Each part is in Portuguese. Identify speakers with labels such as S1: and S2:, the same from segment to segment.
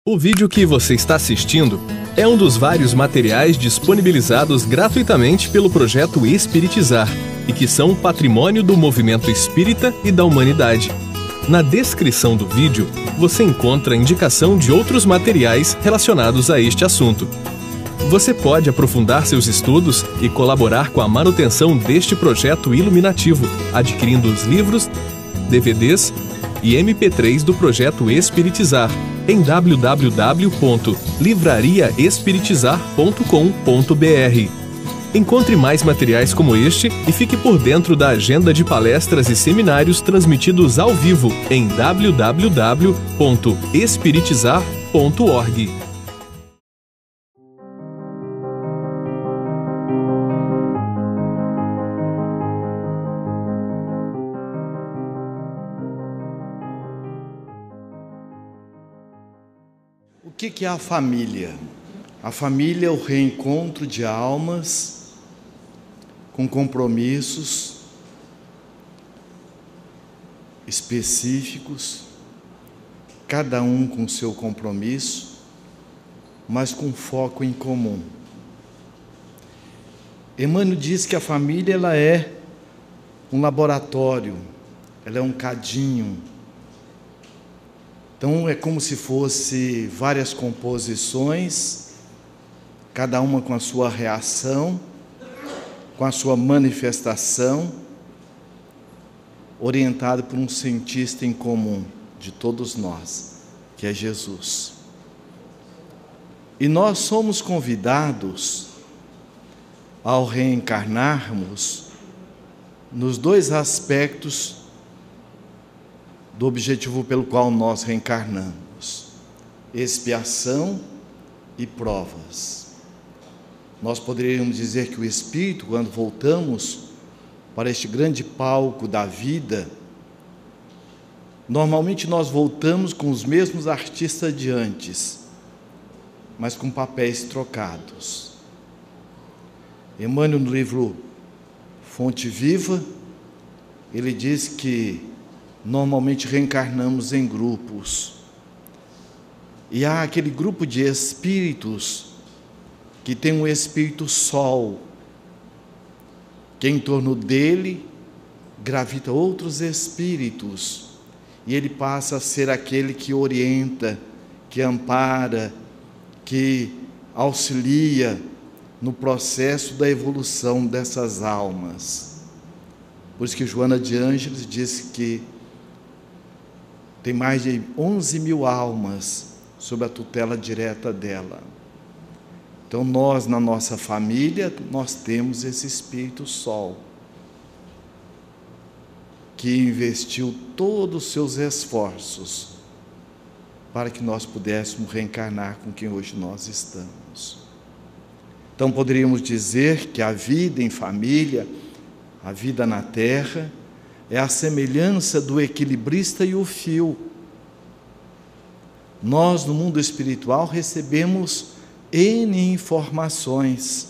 S1: O vídeo que você está assistindo é um dos vários materiais disponibilizados gratuitamente pelo projeto Espiritizar e que são patrimônio do movimento espírita e da humanidade. Na descrição do vídeo, você encontra a indicação de outros materiais relacionados a este assunto. Você pode aprofundar seus estudos e colaborar com a manutenção deste projeto iluminativo, adquirindo os livros, DVDs e MP3 do projeto Espiritizar em www.livrariaespiritizar.com.br. Encontre mais materiais como este e fique por dentro da agenda de palestras e seminários transmitidos ao vivo em www.espiritizar.org.
S2: O que é a família? A família é o reencontro de almas com compromissos específicos, cada um com seu compromisso, mas com foco em comum. Emmanuel diz que a família ela é um laboratório, ela é um cadinho. Então é como se fosse várias composições, cada uma com a sua reação, com a sua manifestação, orientado por um cientista em comum de todos nós, que é Jesus. E nós somos convidados, ao reencarnarmos, nos dois aspectos do objetivo pelo qual nós reencarnamos: expiação e provas. Nós poderíamos dizer que o espírito, quando voltamos para este grande palco da vida, normalmente nós voltamos com os mesmos artistas de antes, mas com papéis trocados. Emmanuel, no livro Fonte Viva, ele diz que normalmente reencarnamos em grupos, e há aquele grupo de espíritos que tem um espírito sol, que em torno dele gravita outros espíritos, e ele passa a ser aquele que orienta, que ampara, que auxilia no processo da evolução dessas almas. Por isso que Joana de Ângeles disse que tem mais de 11.000 almas sob a tutela direta dela. Então nós, na nossa família, nós temos esse Espírito Sol, que investiu todos os seus esforços para que nós pudéssemos reencarnar com quem hoje nós estamos. Então poderíamos dizer que a vida em família, a vida na terra, é a semelhança do equilibrista e o fio. Nós, no mundo espiritual, recebemos N informações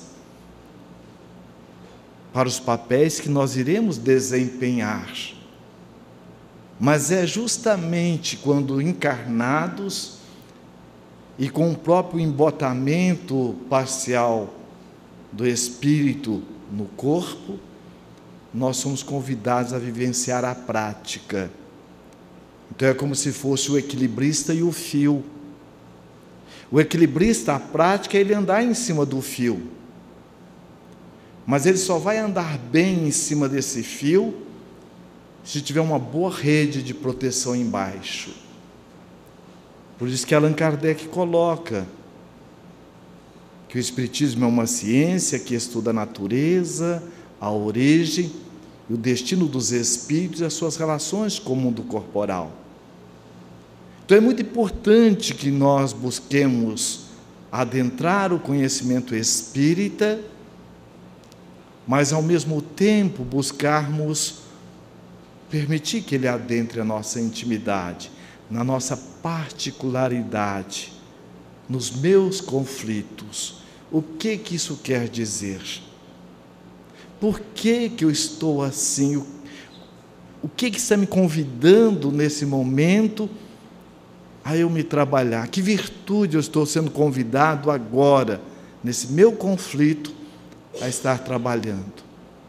S2: para os papéis que nós iremos desempenhar. Mas é justamente quando encarnados e com o próprio embotamento parcial do espírito no corpo, nós somos convidados a vivenciar a prática. Então é como se fosse o equilibrista e o fio. O equilibrista, a prática, é ele andar em cima do fio. Mas ele só vai andar bem em cima desse fio se tiver uma boa rede de proteção embaixo. Por isso que Allan Kardec coloca que o Espiritismo é uma ciência que estuda a natureza, a origem e o destino dos espíritos e as suas relações com o mundo corporal. Então é muito importante que nós busquemos adentrar o conhecimento espírita, mas ao mesmo tempo buscarmos permitir que ele adentre a nossa intimidade, na nossa particularidade, nos meus conflitos. O que isso quer dizer? Por que eu estou assim? O que está me convidando nesse momento a eu me trabalhar? Que virtude eu estou sendo convidado agora, nesse meu conflito, a estar trabalhando?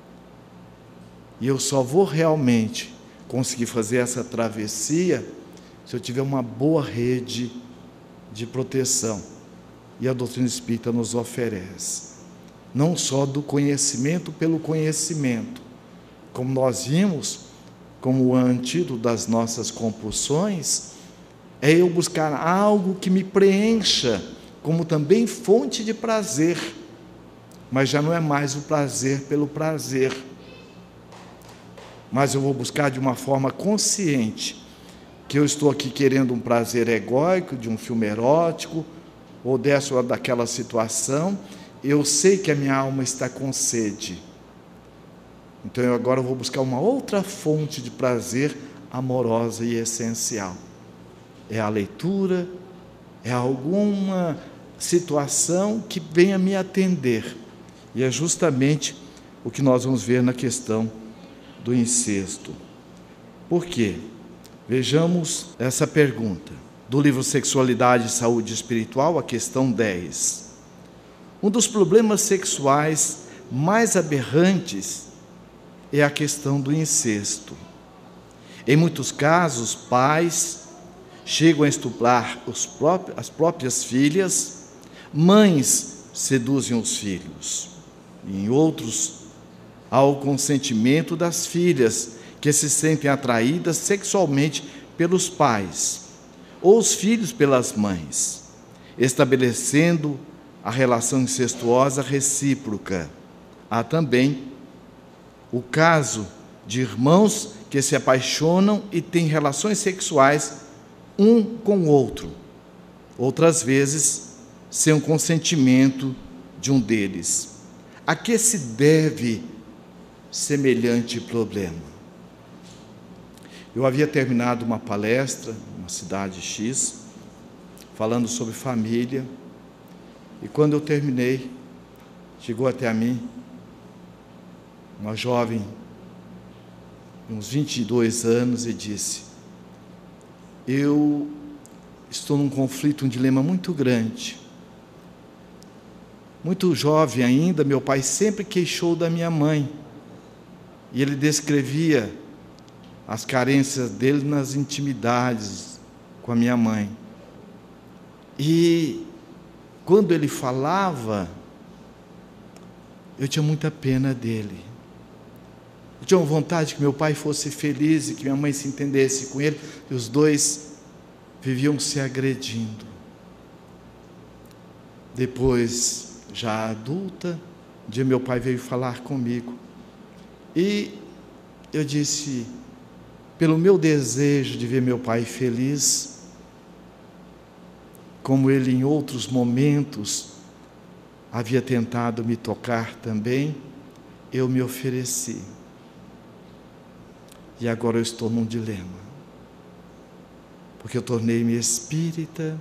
S2: E eu só vou realmente conseguir fazer essa travessia se eu tiver uma boa rede de proteção. E a doutrina espírita nos oferece. Não só do conhecimento pelo conhecimento, como nós vimos, como o antídoto das nossas compulsões, é eu buscar algo que me preencha, como também fonte de prazer, mas já não é mais o prazer pelo prazer, mas eu vou buscar de uma forma consciente, que eu estou aqui querendo um prazer egóico, de um filme erótico, ou dessa ou daquela situação, eu sei que a minha alma está com sede. Então eu agora vou buscar uma outra fonte de prazer amorosa e essencial. É a leitura, é alguma situação que venha me atender. E é justamente o que nós vamos ver na questão do incesto. Por quê? Vejamos essa pergunta. Do livro Sexualidade e Saúde Espiritual, a questão 10. Um dos problemas sexuais mais aberrantes é a questão do incesto. Em muitos casos, pais chegam a estuprar as próprias filhas, mães seduzem os filhos. E em outros, há o consentimento das filhas, que se sentem atraídas sexualmente pelos pais, ou os filhos pelas mães, estabelecendo a relação incestuosa recíproca. Há também o caso de irmãos que se apaixonam e têm relações sexuais um com o outro, outras vezes sem o consentimento de um deles. A que se deve semelhante problema? Eu havia terminado uma palestra, numa cidade X, falando sobre família, e quando eu terminei, chegou até a mim uma jovem de uns 22 anos e disse: eu estou num conflito, um dilema muito grande. Muito jovem ainda, meu pai sempre queixou da minha mãe, e ele descrevia as carências dele nas intimidades com a minha mãe. E quando ele falava, eu tinha muita pena dele. Eu tinha vontade que meu pai fosse feliz e que minha mãe se entendesse com ele, e os dois viviam se agredindo. Depois, já adulta, um dia meu pai veio falar comigo, e eu disse: pelo meu desejo de ver meu pai feliz, como ele em outros momentos havia tentado me tocar também, eu me ofereci. E agora eu estou num dilema, porque eu tornei-me espírita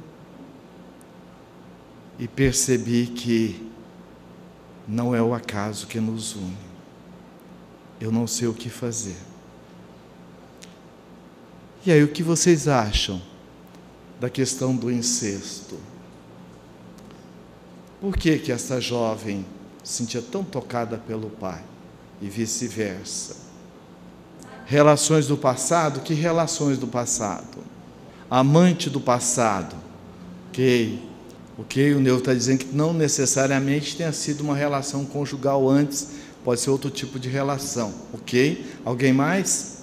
S2: e percebi que não é o acaso que nos une. Eu não sei o que fazer. E aí, o que vocês acham da questão do incesto? Por que que essa jovem se sentia tão tocada pelo pai e vice-versa? Relações do passado? Que relações do passado? Amante do passado? Ok, o Neu está dizendo que não necessariamente tenha sido uma relação conjugal antes, pode ser outro tipo de relação. Ok, alguém mais?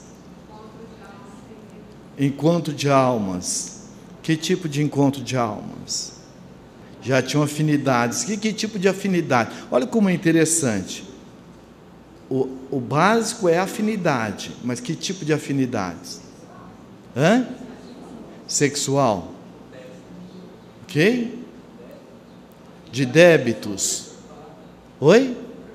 S2: Encontro de almas. Que tipo de encontro de almas? Já tinham afinidades. Que tipo de afinidade? Olha como é interessante. O básico é afinidade, mas que tipo de afinidades? Sexual. Ok? De débitos. Oi?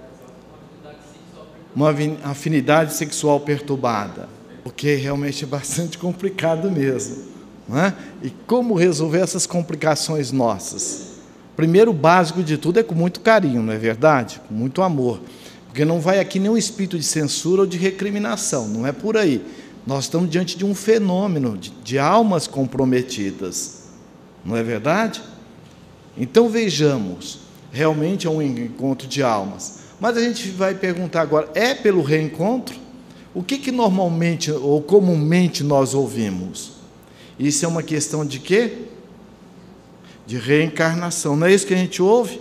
S2: Uma afinidade sexual perturbada. Porque realmente é bastante complicado mesmo, não é? E como resolver essas complicações nossas? Primeiro, o básico de tudo é com muito carinho, não é verdade? Com muito amor. Porque não vai aqui nenhum espírito de censura ou de recriminação, não é por aí. Nós estamos diante de um fenômeno de almas comprometidas, não é verdade? Então vejamos, realmente é um encontro de almas. Mas a gente vai perguntar agora, é pelo reencontro? O que normalmente ou comumente nós ouvimos? Isso é uma questão de quê? De reencarnação, não é isso que a gente ouve?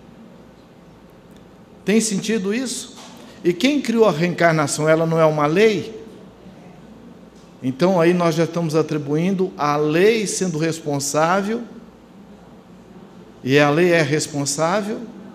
S2: Tem sentido isso? E quem criou a reencarnação? Ela não é uma lei? Então aí nós já estamos atribuindo a lei sendo responsável, e a lei é responsável?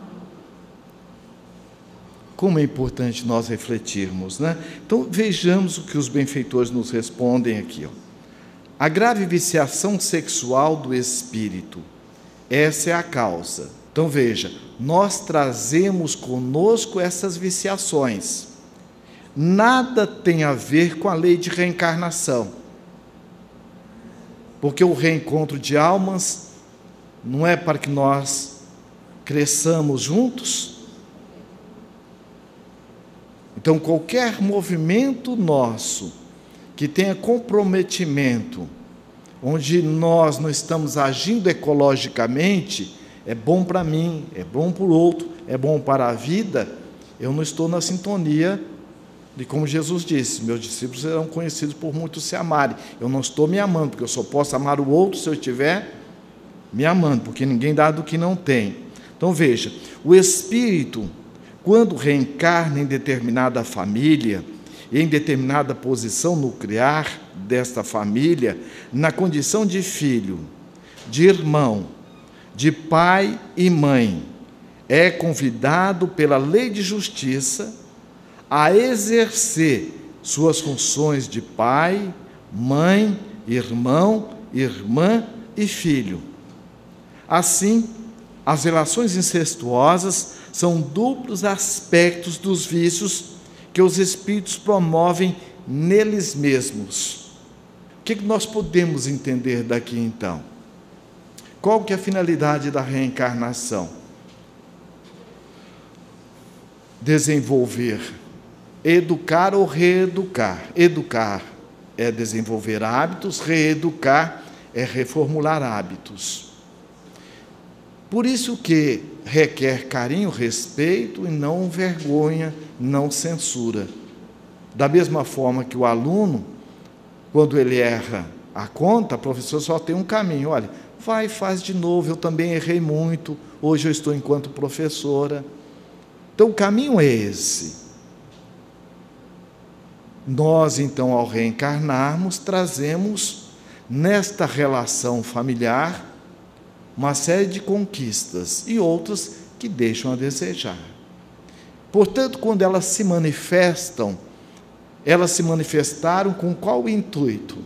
S2: Como é importante nós refletirmos, né? Então vejamos o que os benfeitores nos respondem aqui. A grave viciação sexual do espírito, essa é a causa. Então veja, nós trazemos conosco essas viciações. Nada tem a ver com a lei de reencarnação. Porque o reencontro de almas não é para que nós cresçamos juntos? Então, qualquer movimento nosso que tenha comprometimento, onde nós não estamos agindo ecologicamente, é bom para mim, é bom para o outro, é bom para a vida, eu não estou na sintonia de como Jesus disse, meus discípulos serão conhecidos por muitos se amarem. Eu não estou me amando, porque eu só posso amar o outro se eu estiver me amando, porque ninguém dá do que não tem. Então veja, o espírito, quando reencarna em determinada família, em determinada posição nuclear desta família, na condição de filho, de irmão, de pai e mãe, é convidado pela lei de justiça a exercer suas funções de pai, mãe, irmão, irmã e filho. Assim, as relações incestuosas são duplos aspectos dos vícios que os espíritos promovem neles mesmos. O que nós podemos entender daqui então? Qual que é a finalidade da reencarnação? Desenvolver, educar ou reeducar. Educar é desenvolver hábitos, reeducar é reformular hábitos. Por isso que requer carinho, respeito e não vergonha, não censura. Da mesma forma que o aluno, quando ele erra a conta, o professor só tem um caminho, olha, vai, faz de novo, eu também errei muito, hoje eu estou enquanto professora. Então o caminho é esse. Nós, então, ao reencarnarmos, trazemos nesta relação familiar uma série de conquistas e outras que deixam a desejar. Portanto, quando elas se manifestam, elas se manifestaram com qual intuito?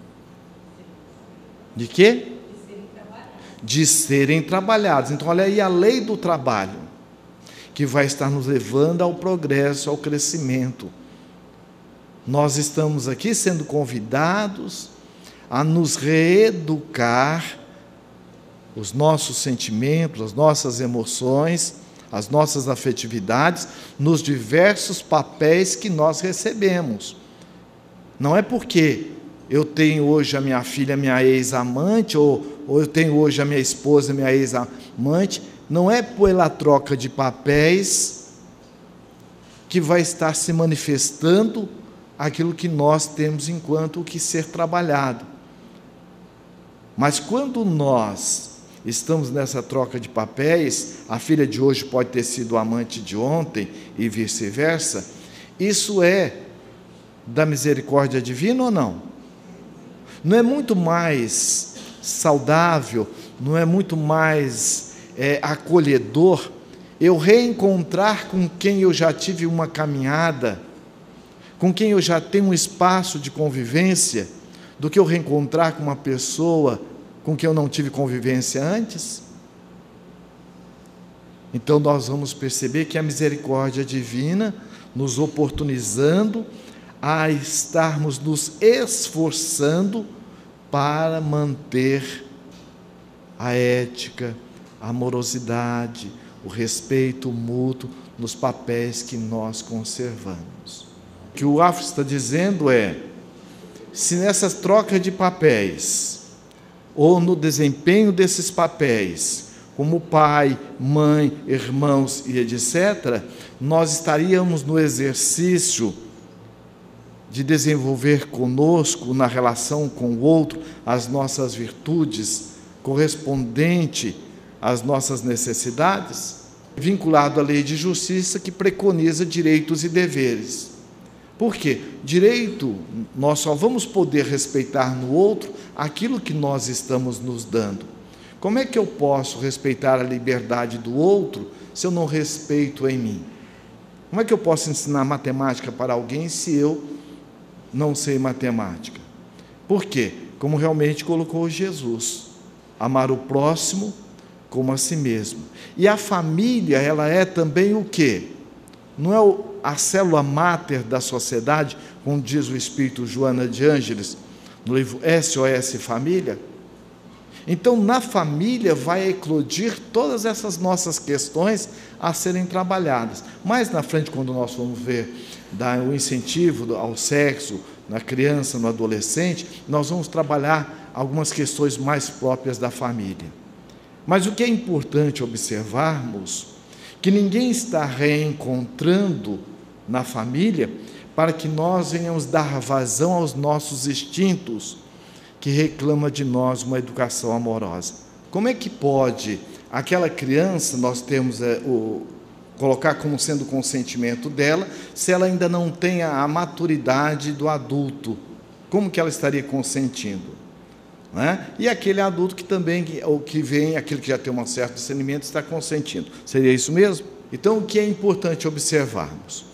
S2: De quê? De serem trabalhadas. Então, olha aí a lei do trabalho, que vai estar nos levando ao progresso, ao crescimento. Nós estamos aqui sendo convidados a nos reeducar os nossos sentimentos, as nossas emoções, as nossas afetividades, nos diversos papéis que nós recebemos. Não é porque eu tenho hoje a minha filha, minha ex-amante, ou eu tenho hoje a minha esposa, minha ex-amante, não é pela troca de papéis que vai estar se manifestando aquilo que nós temos enquanto o que ser trabalhado. Mas quando nós estamos nessa troca de papéis, a filha de hoje pode ter sido amante de ontem e vice-versa, isso é da misericórdia divina ou não? Não é muito mais saudável, não é muito mais acolhedor eu reencontrar com quem eu já tive uma caminhada, com quem eu já tenho um espaço de convivência, do que eu reencontrar com uma pessoa com quem eu não tive convivência antes? Então nós vamos perceber que a misericórdia divina nos oportunizando a estarmos nos esforçando para manter a ética, a amorosidade, o respeito mútuo nos papéis que nós conservamos. O que o Afro está dizendo é: se nessa troca de papéis, ou no desempenho desses papéis, como pai, mãe, irmãos e etc., nós estaríamos no exercício de desenvolver conosco, na relação com o outro, as nossas virtudes, correspondente às nossas necessidades, vinculado à lei de justiça que preconiza direitos e deveres. Por quê? Direito, nós só vamos poder respeitar no outro aquilo que nós estamos nos dando. Como é que eu posso respeitar a liberdade do outro se eu não respeito em mim? Como é que eu posso ensinar matemática para alguém se eu não sei matemática? Por quê? Como realmente colocou Jesus, amar o próximo como a si mesmo. E a família, ela é também o quê? Não é a célula máter da sociedade, como diz o espírito Joana de Ângeles, no livro SOS Família? Então, na família vai eclodir todas essas nossas questões a serem trabalhadas. Mais na frente, quando nós vamos ver dar o incentivo ao sexo na criança, no adolescente, nós vamos trabalhar algumas questões mais próprias da família. Mas o que é importante observarmos, que ninguém está reencontrando na família para que nós venhamos dar vazão aos nossos instintos, que reclama de nós uma educação amorosa. Como é que pode aquela criança, nós temos colocar como sendo o consentimento dela, se ela ainda não tem a maturidade do adulto? Como que ela estaria consentindo? Não é? E aquele adulto que também, ou que vem, aquele que já tem um certo discernimento, está consentindo. Seria isso mesmo? Então, o que é importante observarmos?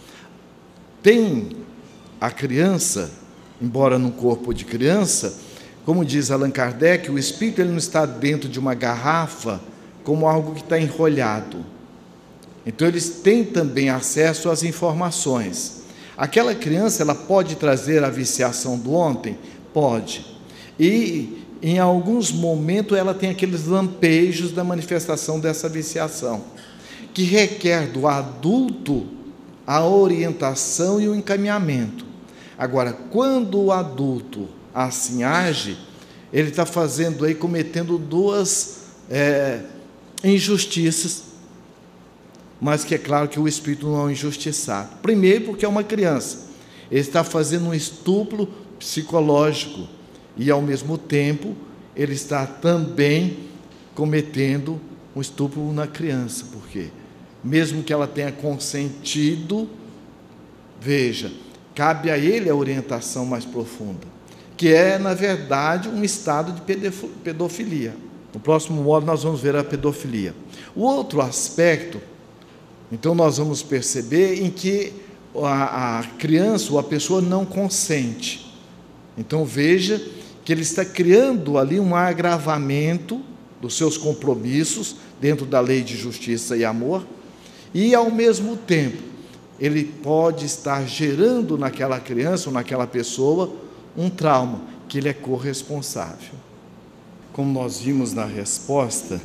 S2: Tem a criança, embora num corpo de criança, como diz Allan Kardec, o espírito ele não está dentro de uma garrafa como algo que está enrolhado. Então, eles têm também acesso às informações. Aquela criança, ela pode trazer a viciação do ontem? Pode. E, em alguns momentos, ela tem aqueles lampejos da manifestação dessa viciação, que requer do adulto a orientação e o encaminhamento. Agora, quando o adulto assim age, ele está fazendo aí, cometendo duas injustiças, mas que é claro que o espírito não é injustiçado. Primeiro, porque é uma criança, ele está fazendo um estupro psicológico e, ao mesmo tempo, ele está também cometendo um estupro na criança. Por quê? Mesmo que ela tenha consentido, veja, cabe a ele a orientação mais profunda, que é, na verdade, um estado de pedofilia. No próximo módulo nós vamos ver a pedofilia. O outro aspecto, então, nós vamos perceber em que a criança ou a pessoa não consente. Então, veja que ele está criando ali um agravamento dos seus compromissos dentro da lei de justiça e amor, e, ao mesmo tempo, ele pode estar gerando naquela criança ou naquela pessoa um trauma, que ele é corresponsável. Como nós vimos na resposta,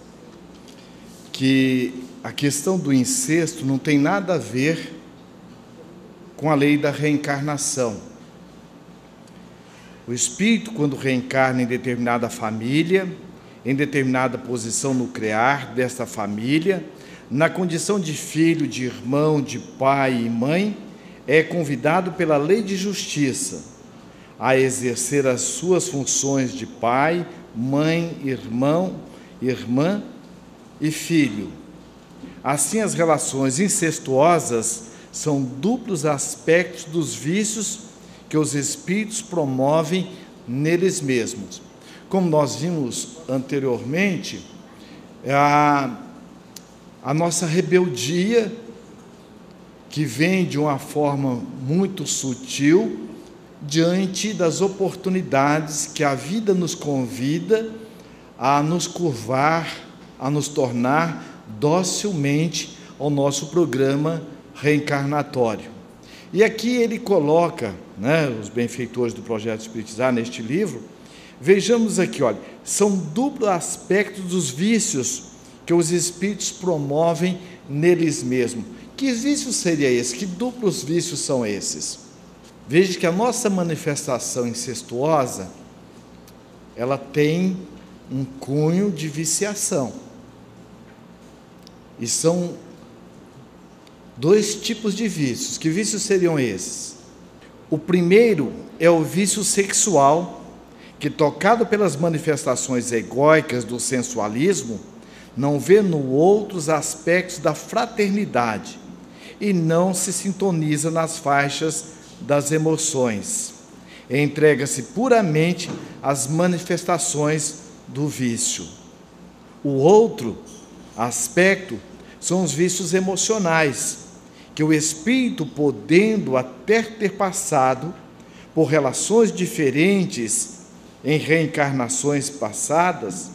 S2: que a questão do incesto não tem nada a ver com a lei da reencarnação. O espírito, quando reencarna em determinada família, em determinada posição nuclear desta família, na condição de filho, de irmão, de pai e mãe, é convidado pela lei de justiça a exercer as suas funções de pai, mãe, irmão, irmã e filho. Assim, as relações incestuosas são duplos aspectos dos vícios que os espíritos promovem neles mesmos. Como nós vimos anteriormente, a nossa rebeldia, que vem de uma forma muito sutil, diante das oportunidades que a vida nos convida a nos curvar, a nos tornar docilmente ao nosso programa reencarnatório. E aqui ele coloca, os benfeitores do Projeto Espiritizar, neste livro, vejamos aqui, olha, são duplos aspectos dos vícios que os espíritos promovem neles mesmos. Que vício seria esse? Que duplos vícios são esses? Veja que a nossa manifestação incestuosa, ela tem um cunho de viciação. E são dois tipos de vícios. Que vícios seriam esses? O primeiro é o vício sexual, que, tocado pelas manifestações egóicas do sensualismo, não vê no outro os aspectos da fraternidade e não se sintoniza nas faixas das emoções. Entrega-se puramente às manifestações do vício. O outro aspecto são os vícios emocionais, que o espírito, podendo até ter passado por relações diferentes em reencarnações passadas,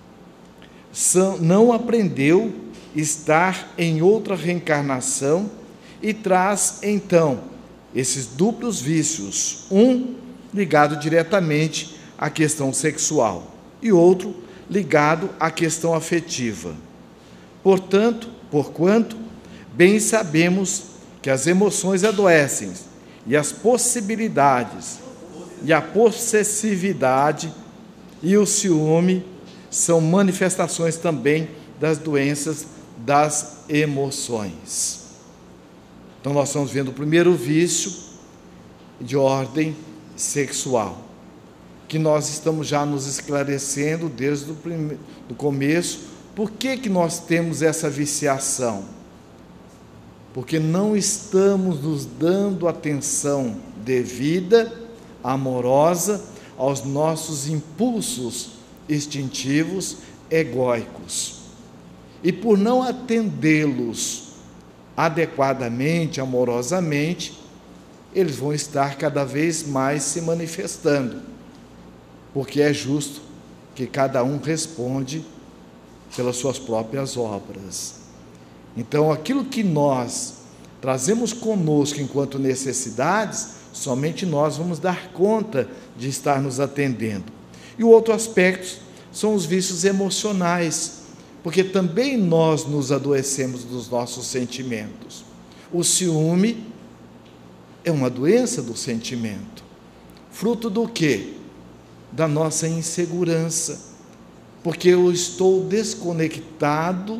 S2: não aprendeu estar em outra reencarnação e traz, então, esses duplos vícios, um ligado diretamente à questão sexual e outro ligado à questão afetiva. Porquanto, bem sabemos que as emoções adoecem e as possibilidades e a possessividade e o ciúme são manifestações também das doenças das emoções. Então, nós estamos vendo o primeiro vício de ordem sexual, que nós estamos já nos esclarecendo desde o começo. Por que nós temos essa viciação? Porque não estamos nos dando atenção devida, amorosa, aos nossos impulsos instintivos egóicos. E por não atendê-los adequadamente, amorosamente, eles vão estar cada vez mais se manifestando, porque é justo que cada um responde pelas suas próprias obras. Então, aquilo que nós trazemos conosco enquanto necessidades, somente nós vamos dar conta de estar nos atendendo. E o outro aspecto são os vícios emocionais, porque também nós nos adoecemos dos nossos sentimentos. O ciúme é uma doença do sentimento. Fruto do quê? Da nossa insegurança, porque eu estou desconectado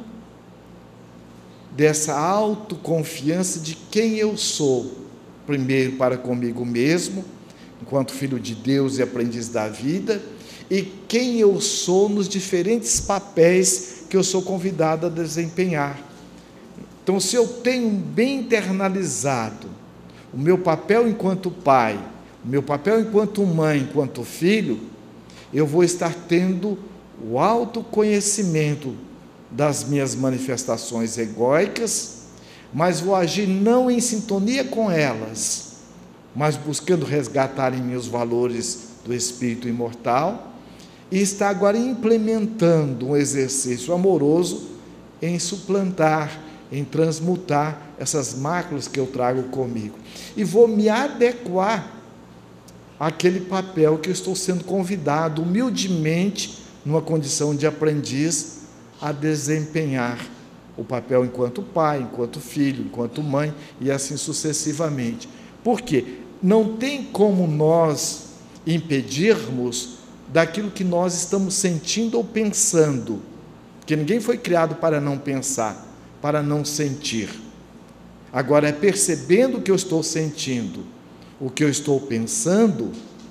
S2: dessa autoconfiança de quem eu sou, primeiro para comigo mesmo, enquanto filho de Deus e aprendiz da vida, e quem eu sou nos diferentes papéis que eu sou convidado a desempenhar. Então, se eu tenho bem internalizado o meu papel enquanto pai, o meu papel enquanto mãe, enquanto filho, eu vou estar tendo o autoconhecimento das minhas manifestações egóicas, mas vou agir não em sintonia com elas, mas buscando resgatar em mim os valores do espírito imortal, e está agora implementando um exercício amoroso em suplantar, em transmutar essas máculas que eu trago comigo. E vou me adequar àquele papel que eu estou sendo convidado, humildemente, numa condição de aprendiz, a desempenhar o papel enquanto pai, enquanto filho, enquanto mãe, e assim sucessivamente. Por quê? Não tem como nós impedirmos daquilo que nós estamos sentindo ou pensando, porque ninguém foi criado para não pensar, para não sentir. Agora, é percebendo o que eu estou sentindo, o que eu estou pensando,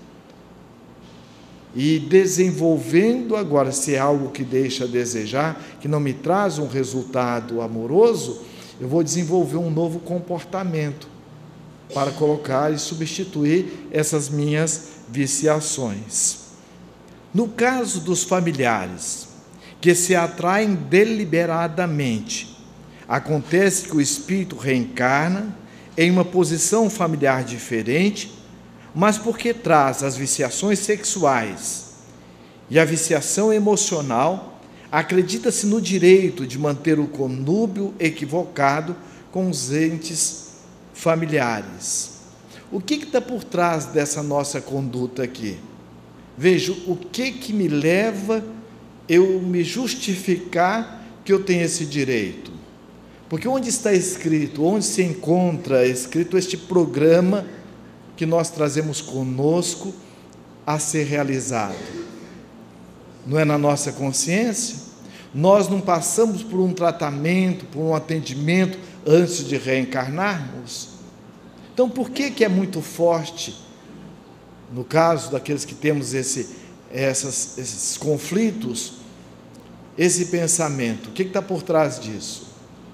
S2: e desenvolvendo agora, se é algo que deixa a desejar, que não me traz um resultado amoroso, eu vou desenvolver um novo comportamento para colocar e substituir essas minhas viciações. No caso dos familiares que se atraem deliberadamente, acontece que o espírito reencarna em uma posição familiar diferente, mas porque traz as viciações sexuais e a viciação emocional, acredita-se no direito de manter o conúbio equivocado com os entes familiares. O que está por trás dessa nossa conduta aqui? Veja, o que me leva eu me justificar que eu tenho esse direito? Porque onde está escrito, onde se encontra escrito este programa que nós trazemos conosco a ser realizado? Não é na nossa consciência? Nós não passamos por um tratamento, por um atendimento antes de reencarnarmos? Então, por que é muito forte, no caso daqueles que temos esses conflitos, esse pensamento? O que está por trás disso?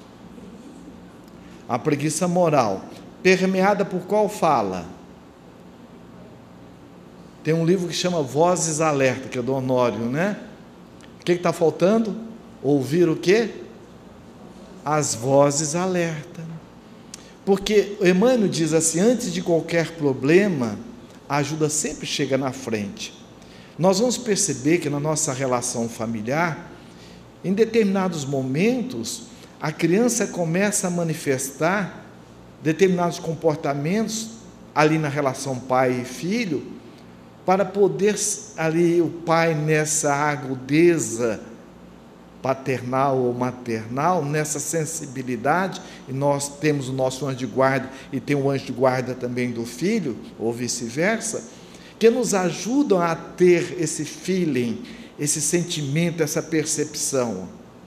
S2: A preguiça moral, permeada por qual fala? Tem um livro que chama Vozes Alerta, que é do Honório, né? O que está faltando? Ouvir o quê? As vozes alerta. Porque Emmanuel diz assim, antes de qualquer problema, a ajuda sempre chega na frente. Nós vamos perceber que na nossa relação familiar, em determinados momentos, a criança começa a manifestar determinados comportamentos ali na relação pai e filho, para poder ali o pai, nessa agudeza paternal ou maternal, nessa sensibilidade, e nós temos o nosso anjo de guarda e tem o anjo de guarda também do filho, ou vice-versa, que nos ajudam a ter esse feeling, esse sentimento, essa percepção.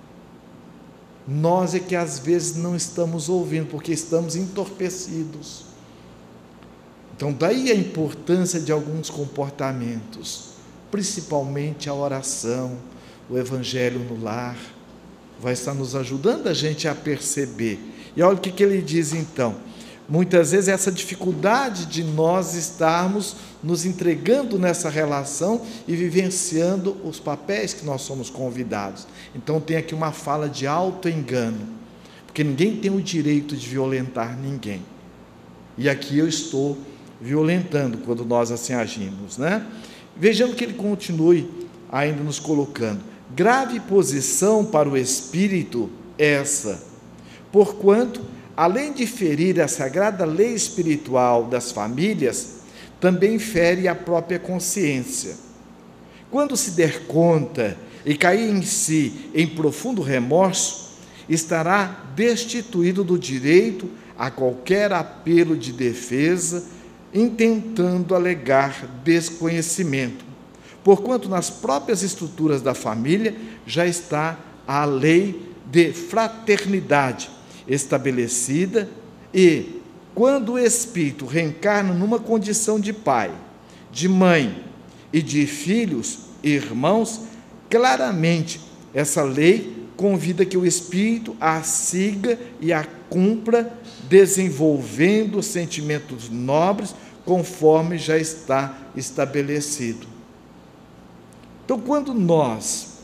S2: Nós é que às vezes não estamos ouvindo, porque estamos entorpecidos. Então daí a importância de alguns comportamentos, principalmente a oração, o Evangelho no lar, vai estar nos ajudando a gente a perceber. E olha o que ele diz então. Muitas vezes essa dificuldade de nós estarmos nos entregando nessa relação e vivenciando os papéis que nós somos convidados. Então tem aqui uma fala de auto-engano, porque ninguém tem o direito de violentar ninguém. E aqui eu estou violentando quando nós assim agimos, né? Vejamos que ele continue ainda nos colocando. Grave posição para o espírito essa, porquanto, além de ferir a sagrada lei espiritual das famílias, também fere a própria consciência. Quando se der conta e cair em si em profundo remorso, estará destituído do direito a qualquer apelo de defesa, intentando alegar desconhecimento, porquanto nas próprias estruturas da família já está a lei de fraternidade estabelecida e, quando o espírito reencarna numa condição de pai, de mãe e de filhos e irmãos, claramente essa lei convida que o espírito a siga e a cumpra, desenvolvendo sentimentos nobres conforme já está estabelecido. Então, quando nós,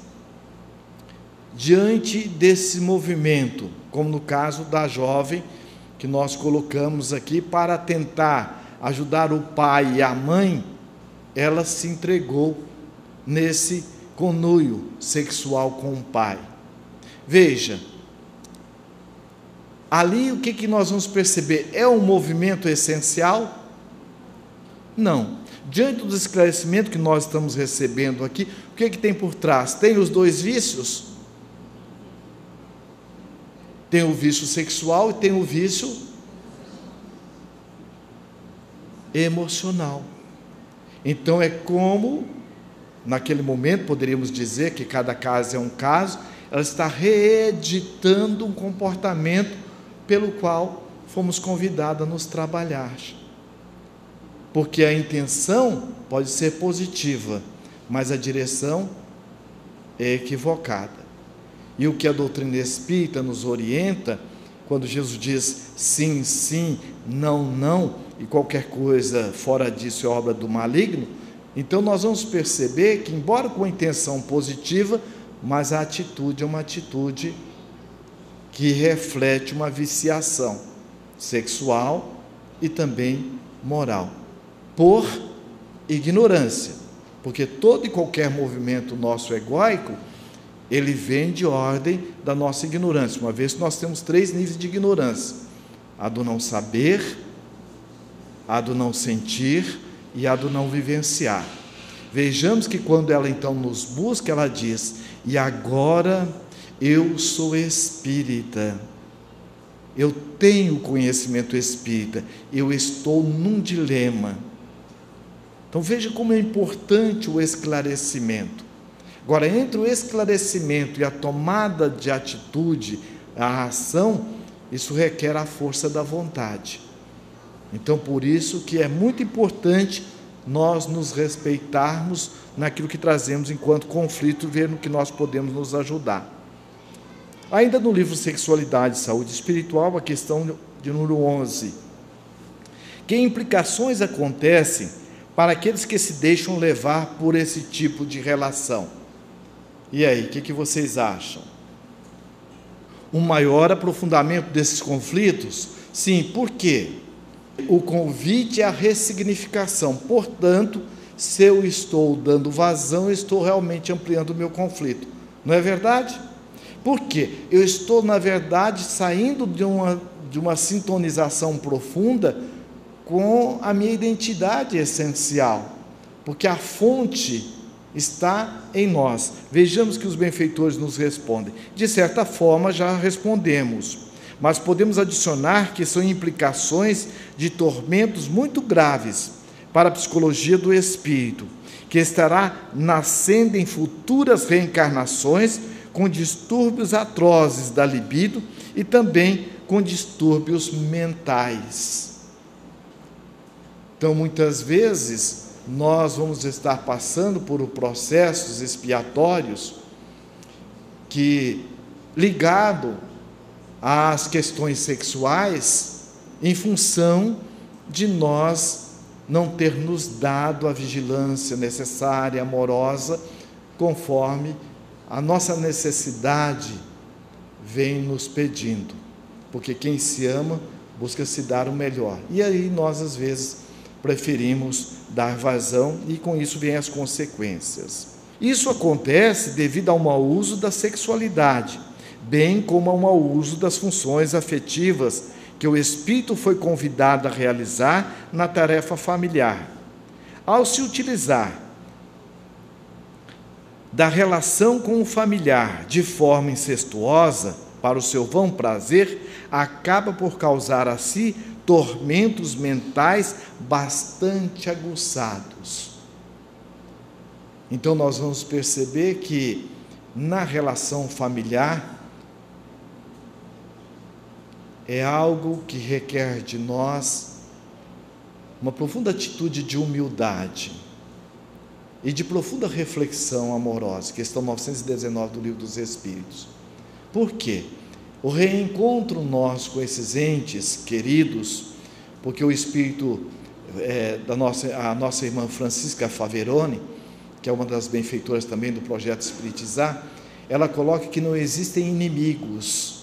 S2: diante desse movimento, como no caso da jovem que nós colocamos aqui, para tentar ajudar o pai e a mãe, ela se entregou nesse conluio sexual com o pai. Veja, ali o que nós vamos perceber? É um movimento essencial? Não. Diante do esclarecimento que nós estamos recebendo aqui, o que tem por trás? Tem os dois vícios? Tem o vício sexual e tem o vício emocional. Então é como, naquele momento, poderíamos dizer que cada caso é um caso, ela está reeditando um comportamento pelo qual fomos convidados a nos trabalhar. Porque a intenção pode ser positiva, mas a direção é equivocada. E o que a doutrina espírita nos orienta, quando Jesus diz sim, sim, não, não, e qualquer coisa fora disso é obra do maligno, então nós vamos perceber que, embora com a intenção positiva, mas a atitude é uma atitude que reflete uma viciação sexual e também moral, por ignorância, porque todo e qualquer movimento nosso egóico, ele vem de ordem da nossa ignorância, uma vez que nós temos 3 níveis de ignorância: a do não saber, a do não sentir e a do não vivenciar. Vejamos que quando ela então nos busca, ela diz: e agora eu sou espírita. eu tenho conhecimento espírita, eu estou num dilema. Então veja como é importante o esclarecimento. Agora, entre o esclarecimento e a tomada de atitude, a ação, isso requer a força da vontade. Então, por isso que é muito importante nós nos respeitarmos naquilo que trazemos enquanto conflito, ver no que nós podemos nos ajudar. Ainda no livro Sexualidade e Saúde Espiritual, a questão de número 11. Que implicações acontecem para aqueles que se deixam levar por esse tipo de relação? E aí, o que vocês acham? Um maior aprofundamento desses conflitos? Sim, por quê? O convite é a ressignificação. Portanto, se eu estou dando vazão, eu estou realmente ampliando o meu conflito. Não é verdade? Por quê? Eu estou, na verdade, saindo de uma sintonização profunda com a minha identidade essencial, porque a fonte está em nós. Vejamos que os benfeitores nos respondem. De certa forma, já respondemos, mas podemos adicionar que são implicações de tormentos muito graves para a psicologia do espírito, que estará nascendo em futuras reencarnações com distúrbios atrozes da libido e também com distúrbios mentais. Então, muitas vezes, nós vamos estar passando por processos expiatórios que, ligado às questões sexuais, em função de nós não ter nos dado a vigilância necessária, amorosa, conforme a nossa necessidade vem nos pedindo, porque quem se ama busca se dar o melhor, e aí nós às vezes preferimos dar vazão e com isso vêm as consequências. Isso acontece devido ao mau uso da sexualidade, bem como ao mau uso das funções afetivas que o espírito foi convidado a realizar na tarefa familiar. Ao se utilizar da relação com o familiar de forma incestuosa para o seu vão prazer, acaba por causar a si tormentos mentais bastante aguçados. Então nós vamos perceber que na relação familiar é algo que requer de nós uma profunda atitude de humildade e de profunda reflexão amorosa, questão 919 do Livro dos Espíritos. Por quê? O reencontro nosso com esses entes queridos, porque o espírito a nossa irmã Francisca Faveroni, que é uma das benfeitoras também do projeto Espiritizar, ela coloca que não existem inimigos.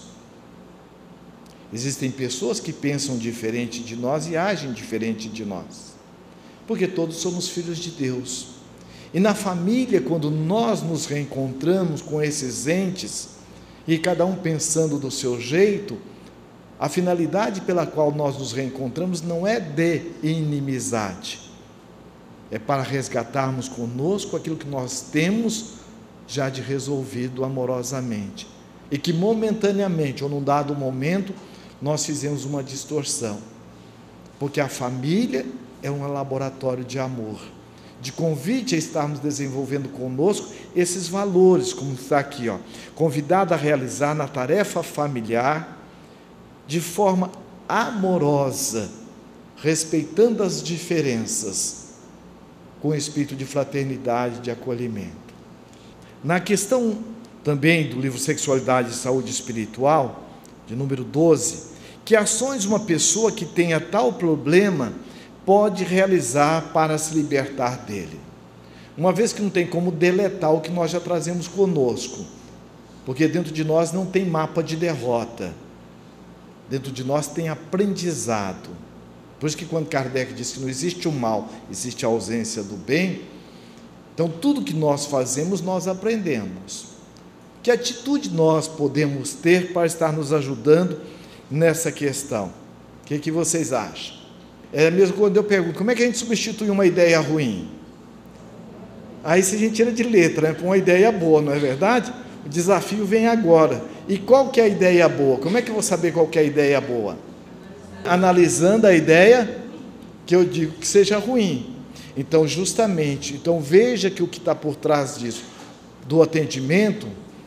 S2: Existem pessoas que pensam diferente de nós e agem diferente de nós, porque todos somos filhos de Deus. E na família, quando nós nos reencontramos com esses entes, e cada um pensando do seu jeito, a finalidade pela qual nós nos reencontramos não é de inimizade, é para resgatarmos conosco aquilo que nós temos já de resolvido amorosamente, e que momentaneamente, ou num dado momento, nós fizemos uma distorção, porque a família é um laboratório de amor, de convite a estarmos desenvolvendo conosco esses valores, como está aqui, convidado a realizar na tarefa familiar de forma amorosa, respeitando as diferenças, com espírito de fraternidade, de acolhimento. Na questão também do livro Sexualidade e Saúde Espiritual, de número 12, que ações uma pessoa que tenha tal problema pode realizar para se libertar dele, uma vez que não tem como deletar o que nós já trazemos conosco, porque dentro de nós não tem mapa de derrota, dentro de nós tem aprendizado. Por isso que quando Kardec diz que não existe o mal, existe a ausência do bem, então tudo que nós fazemos, nós aprendemos. Que atitude nós podemos ter para estar nos ajudando nessa questão? O que vocês acham? É mesmo quando eu pergunto, como é que a gente substitui uma ideia ruim? Aí se a gente tira de letra, para uma ideia boa, não é verdade? o desafio vem agora. E qual que é a ideia boa? Como é que eu vou saber qual que é a ideia boa? Analisando a ideia que eu digo que seja ruim. Então, justamente, veja que o que está por trás disso, do atendimento,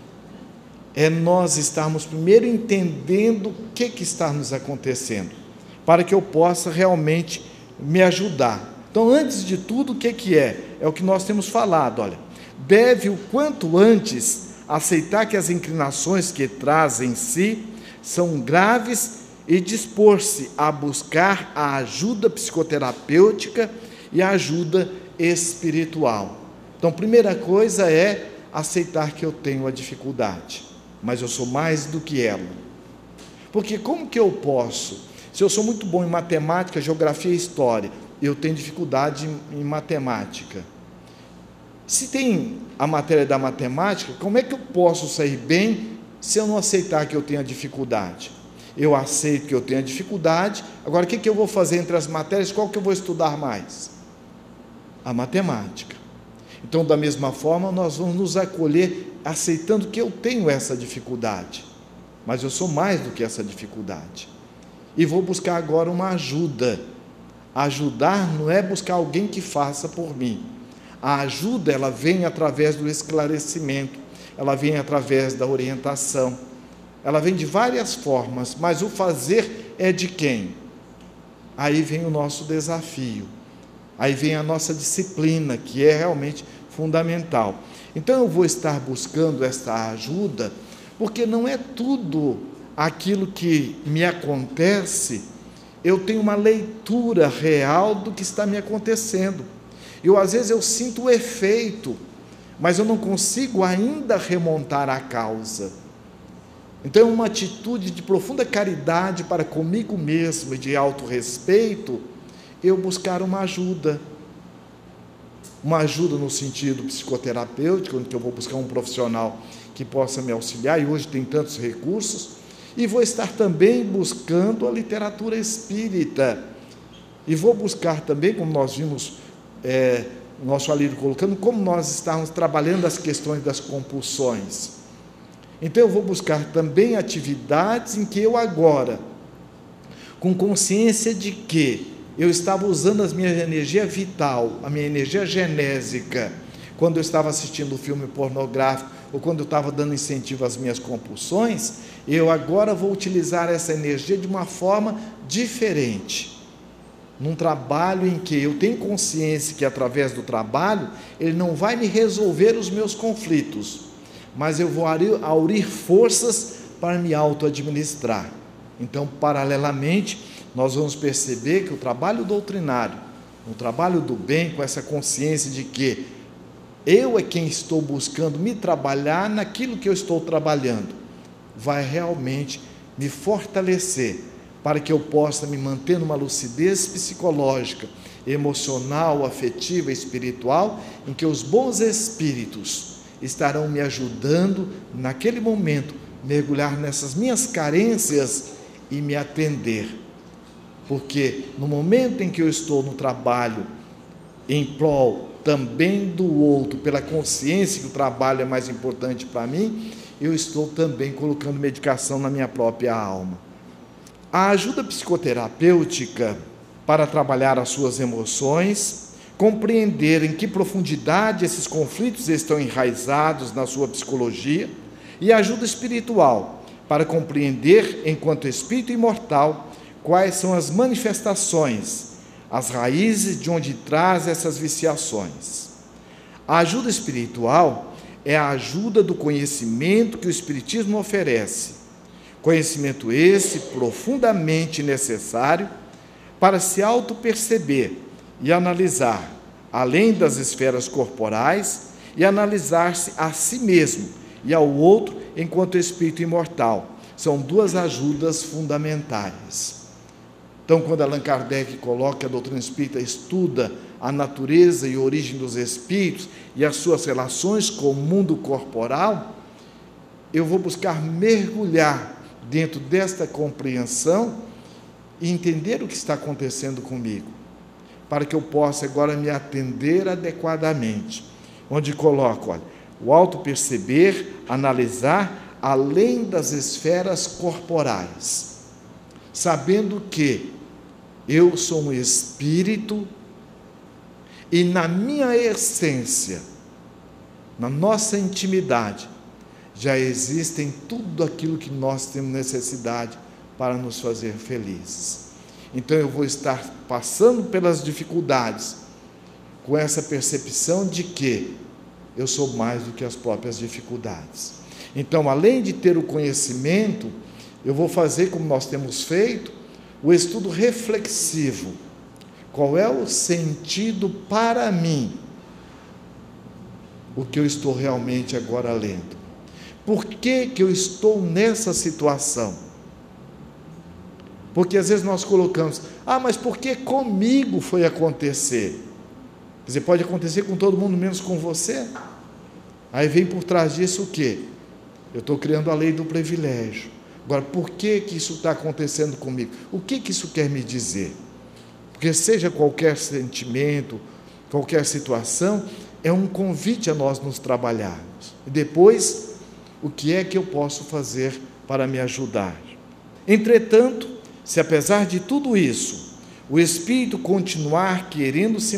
S2: é nós estarmos primeiro entendendo o que está nos acontecendo, para que eu possa realmente me ajudar. Então, antes de tudo, o que é? É o que nós temos falado, olha, deve o quanto antes aceitar que as inclinações que traz em si são graves e dispor-se a buscar a ajuda psicoterapêutica e a ajuda espiritual. Então, primeira coisa é aceitar que eu tenho a dificuldade, mas eu sou mais do que ela. Porque como que eu posso, se eu sou muito bom em matemática, geografia e história, eu tenho dificuldade em matemática. Se tem a matéria da matemática, como é que eu posso sair bem se eu não aceitar que eu tenho a dificuldade? Eu aceito que eu tenho a dificuldade, agora o que eu vou fazer entre as matérias? Qual que eu vou estudar mais? A matemática. Então, da mesma forma, nós vamos nos acolher aceitando que eu tenho essa dificuldade, mas eu sou mais do que essa dificuldade. E vou buscar agora uma ajuda. Ajudar não é buscar alguém que faça por mim. A ajuda, ela vem através do esclarecimento, ela vem através da orientação, ela vem de várias formas, mas o fazer é de quem? Aí vem o nosso desafio, aí vem a nossa disciplina, que é realmente fundamental. Então eu vou estar buscando esta ajuda, porque não é tudo aquilo que me acontece, eu tenho uma leitura real do que está me acontecendo. Às vezes eu sinto o efeito, mas eu não consigo ainda remontar a causa. Então é uma atitude de profunda caridade para comigo mesmo e de autorrespeito, eu buscar uma ajuda no sentido psicoterapêutico, onde eu vou buscar um profissional que possa me auxiliar, e hoje tem tantos recursos, e vou estar também buscando a literatura espírita, e vou buscar também, como nós vimos o nosso Alírio colocando, como nós estamos trabalhando as questões das compulsões. Então eu vou buscar também atividades em que eu agora, com consciência de que eu estava usando a minha energia vital, a minha energia genésica, quando eu estava assistindo o filme pornográfico, ou quando eu estava dando incentivo às minhas compulsões, eu agora vou utilizar essa energia de uma forma diferente. Num trabalho em que eu tenho consciência que através do trabalho, ele não vai me resolver os meus conflitos, mas eu vou aurir forças para me auto-administrar. Então, paralelamente, nós vamos perceber que o trabalho doutrinário, o trabalho do bem, com essa consciência de que eu é quem estou buscando me trabalhar naquilo que eu estou trabalhando, vai realmente me fortalecer, para que eu possa me manter numa lucidez psicológica, emocional, afetiva, espiritual, em que os bons espíritos estarão me ajudando, naquele momento, mergulhar nessas minhas carências e me atender. Porque no momento em que eu estou no trabalho, em prol também do outro, pela consciência que o trabalho é mais importante para mim, eu estou também colocando medicação na minha própria alma. A ajuda psicoterapêutica para trabalhar as suas emoções, compreender em que profundidade esses conflitos estão enraizados na sua psicologia, e a ajuda espiritual para compreender, enquanto espírito imortal, quais são as manifestações, as raízes de onde traz essas viciações. A ajuda espiritual é a ajuda do conhecimento que o Espiritismo oferece. Conhecimento esse profundamente necessário para se auto-perceber e analisar, além das esferas corporais, e analisar-se a si mesmo e ao outro enquanto espírito imortal. São duas ajudas fundamentais. Então, quando Allan Kardec coloca que a doutrina espírita estuda a natureza e origem dos espíritos e as suas relações com o mundo corporal, eu vou buscar mergulhar dentro desta compreensão e entender o que está acontecendo comigo, para que eu possa agora me atender adequadamente. Onde coloco, olha, O autoperceber, analisar além das esferas corporais, sabendo que eu sou um espírito e na minha essência, na nossa intimidade, já existem tudo aquilo que nós temos necessidade para nos fazer felizes. Então eu vou estar passando pelas dificuldades com essa percepção de que eu sou mais do que as próprias dificuldades. Então, além de ter o conhecimento, eu vou fazer, como nós temos feito, o estudo reflexivo. Qual é o sentido para mim? O que eu estou realmente agora lendo? Por que que eu estou nessa situação? Porque às vezes nós colocamos, mas por que comigo foi acontecer? Quer dizer, pode acontecer com todo mundo, menos com você. Aí vem por trás disso o quê? Eu estou criando a lei do privilégio. Agora, por que que isso está acontecendo comigo? O que que isso quer me dizer? Porque seja qualquer sentimento, qualquer situação, é um convite a nós nos trabalharmos. E depois, o que é que eu posso fazer para me ajudar? Entretanto, se apesar de tudo isso, o espírito continuar querendo se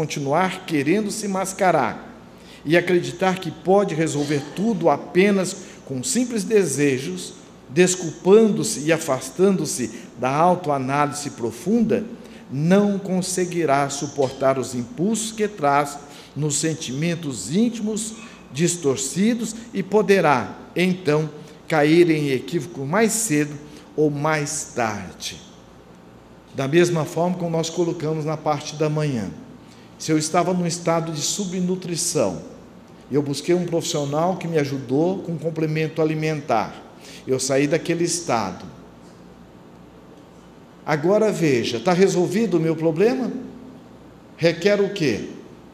S2: mascarar e acreditar que pode resolver tudo apenas com simples desejos, desculpando-se e afastando-se da autoanálise profunda, não conseguirá suportar os impulsos que traz nos sentimentos íntimos distorcidos e poderá, então, cair em equívoco mais cedo ou mais tarde. Da mesma forma como nós colocamos na parte da manhã, se eu estava num estado de subnutrição, eu busquei um profissional que me ajudou com complemento alimentar, eu saí daquele estado. Agora veja, está resolvido o meu problema? Requer o quê?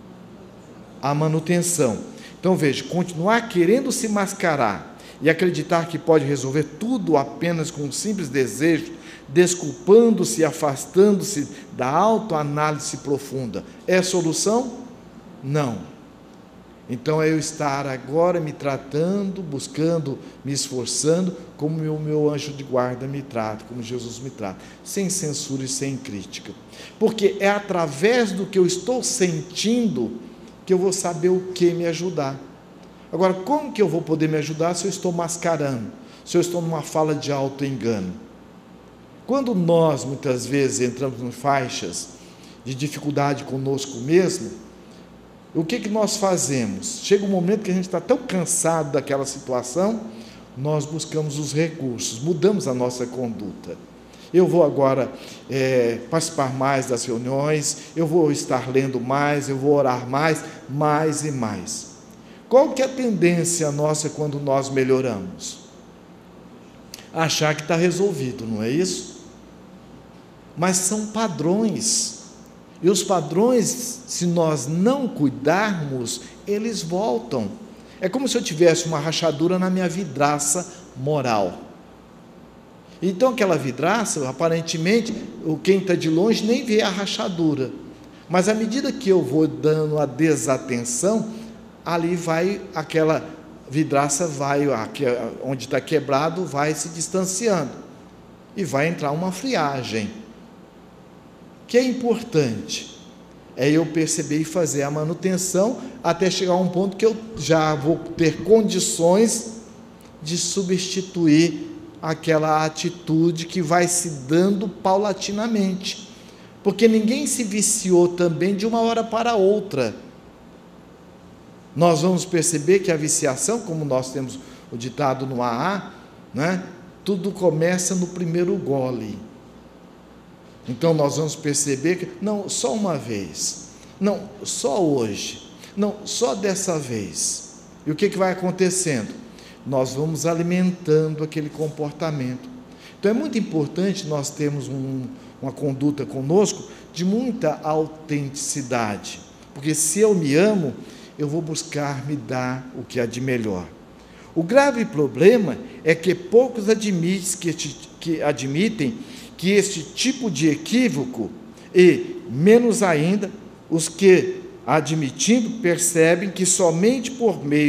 S2: A manutenção. Então veja, continuar querendo se mascarar e acreditar que pode resolver tudo apenas com um simples desejo, desculpando-se e afastando-se da autoanálise profunda, é solução? Não. Então é eu estar agora me tratando, buscando, me esforçando, como o meu anjo de guarda me trata, como Jesus me trata, sem censura e sem crítica. Porque é através do que eu estou sentindo que eu vou saber o que me ajudar. Agora, como que eu vou poder me ajudar se eu estou mascarando, se eu estou numa fala de auto-engano? Quando nós, muitas vezes, entramos em faixas de dificuldade conosco mesmo, o que nós fazemos? Chega um momento que a gente está tão cansado daquela situação, nós buscamos os recursos, mudamos a nossa conduta. Eu vou agora participar mais das reuniões, eu vou estar lendo mais, eu vou orar mais e mais. Qual que é a tendência nossa quando nós melhoramos? Achar que está resolvido, não é isso? Mas são padrões. E os padrões, se nós não cuidarmos, eles voltam. É como se eu tivesse uma rachadura na minha vidraça moral. Então aquela vidraça, aparentemente, quem está de longe nem vê a rachadura. Mas à medida que eu vou dando a desatenção, ali vai aquela vidraça, onde está quebrado, vai se distanciando. E vai entrar uma friagem. O que é importante é eu perceber e fazer a manutenção até chegar a um ponto que eu já vou ter condições de substituir aquela atitude que vai se dando paulatinamente, porque ninguém se viciou também de uma hora para outra. Nós vamos perceber que a viciação, como nós temos o ditado no AA, né, tudo começa no primeiro gole. Então nós vamos perceber que, não, só uma vez, não, só hoje, não, só dessa vez. E o que vai acontecendo? Nós vamos alimentando aquele comportamento. Então é muito importante nós termos uma conduta conosco de muita autenticidade, porque se eu me amo, eu vou buscar me dar o que há de melhor. O grave problema é que poucos admitem que este tipo de equívoco, e menos ainda os que, admitindo, percebem que somente por meio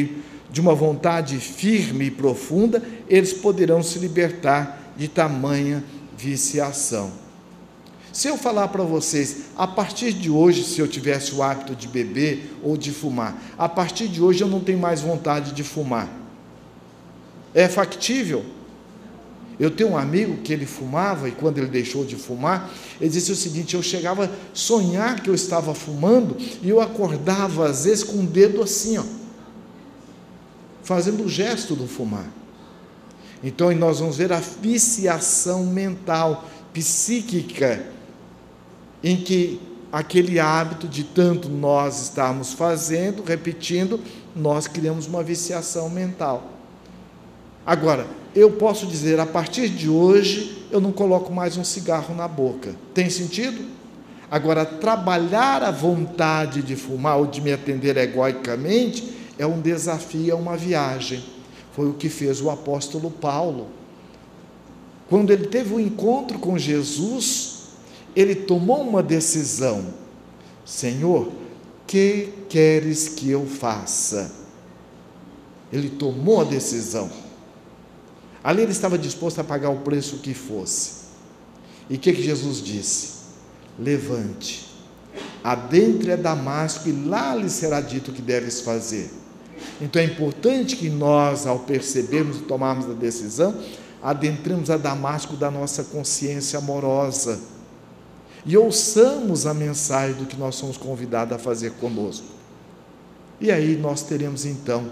S2: de uma vontade firme e profunda, eles poderão se libertar de tamanha viciação. Se eu falar para vocês, a partir de hoje, se eu tivesse o hábito de beber ou de fumar, a partir de hoje eu não tenho mais vontade de fumar, é factível? Eu tenho um amigo que ele fumava, e quando ele deixou de fumar, ele disse o seguinte: eu chegava a sonhar que eu estava fumando, e eu acordava às vezes com o dedo assim, ó, fazendo o gesto do fumar. Então nós vamos ver a viciação mental, psíquica, em que aquele hábito de tanto nós estarmos fazendo, repetindo, nós criamos uma viciação mental. Agora, eu posso dizer, a partir de hoje, eu não coloco mais um cigarro na boca. Tem sentido? Agora, trabalhar a vontade de fumar ou de me atender egoicamente é um desafio, é uma viagem. Foi o que fez o apóstolo Paulo. Quando ele teve um encontro com Jesus, ele tomou uma decisão: Senhor, que queres que eu faça? Ele tomou a decisão. Ali ele estava disposto a pagar o preço que fosse. E o que Jesus disse? Levante, adentre a Damasco, e lá lhe será dito o que deves fazer. Então é importante que nós, ao percebermos e tomarmos a decisão, adentremos a Damasco da nossa consciência amorosa e ouçamos a mensagem do que nós somos convidados a fazer conosco. E aí nós teremos então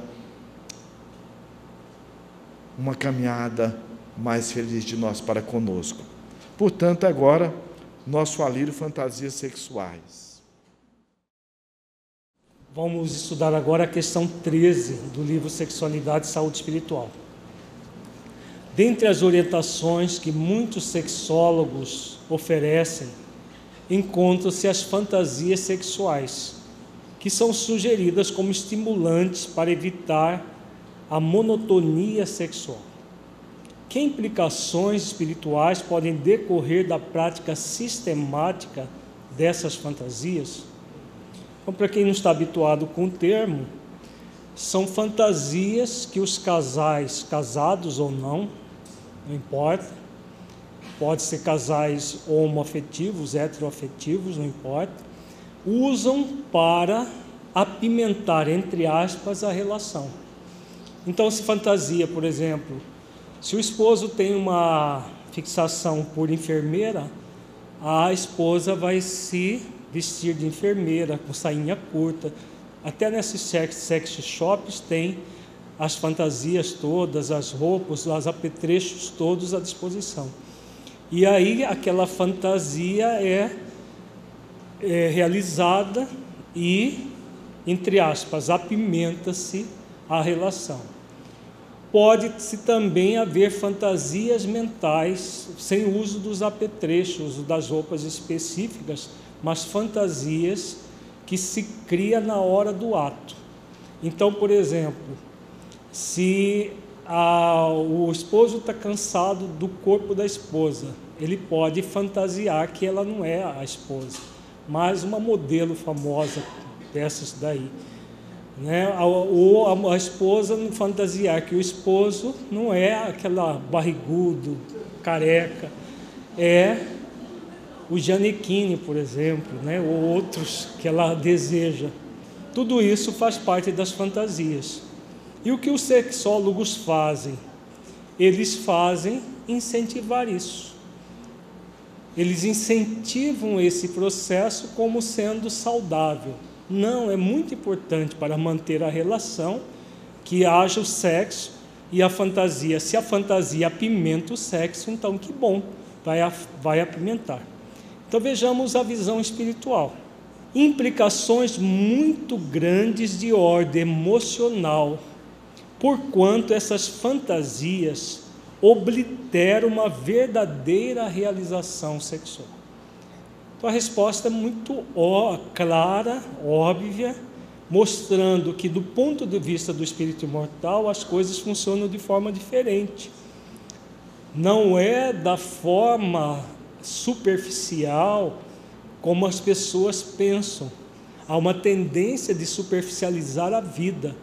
S2: uma caminhada mais feliz de nós para conosco. Portanto, agora, nosso alívio, fantasias sexuais.
S3: Vamos estudar agora a questão 13 do livro Sexualidade e Saúde Espiritual. Dentre as orientações que muitos sexólogos oferecem, encontram-se as fantasias sexuais, que são sugeridas como estimulantes para evitar a monotonia sexual. Que implicações espirituais podem decorrer da prática sistemática dessas fantasias? Então, para quem não está habituado com o termo, são fantasias que os casais, casados ou não importa, pode ser casais homoafetivos, heteroafetivos, não importa, usam para apimentar, entre aspas, a relação. Então, se fantasia, por exemplo, se o esposo tem uma fixação por enfermeira, a esposa vai se vestir de enfermeira, com sainha curta. Até nesses sex shops tem as fantasias todas, as roupas, os apetrechos todos à disposição. E aí aquela fantasia é realizada e, entre aspas, apimenta-se a relação. Pode-se também haver fantasias mentais, sem uso dos apetrechos, das roupas específicas, mas fantasias que se cria na hora do ato. Então, por exemplo, se o esposo está cansado do corpo da esposa, ele pode fantasiar que ela não é a esposa, mas uma modelo famosa dessas daí. Ou a esposa não fantasiar que o esposo não é aquela barrigudo, careca, é o Gianecchini, por exemplo, ou outros que ela deseja. Tudo isso faz parte das fantasias. E o que os sexólogos fazem? Eles fazem incentivar isso. Eles incentivam esse processo como sendo saudável. Não, é muito importante para manter a relação que haja o sexo e a fantasia. Se a fantasia apimenta o sexo, então que bom, vai apimentar. Então vejamos a visão espiritual. Implicações muito grandes de ordem emocional, porquanto essas fantasias obliteram uma verdadeira realização sexual. Então a resposta é muito clara, óbvia, mostrando que do ponto de vista do espírito imortal as coisas funcionam de forma diferente. Não é da forma superficial como as pessoas pensam. Há uma tendência de superficializar a vida,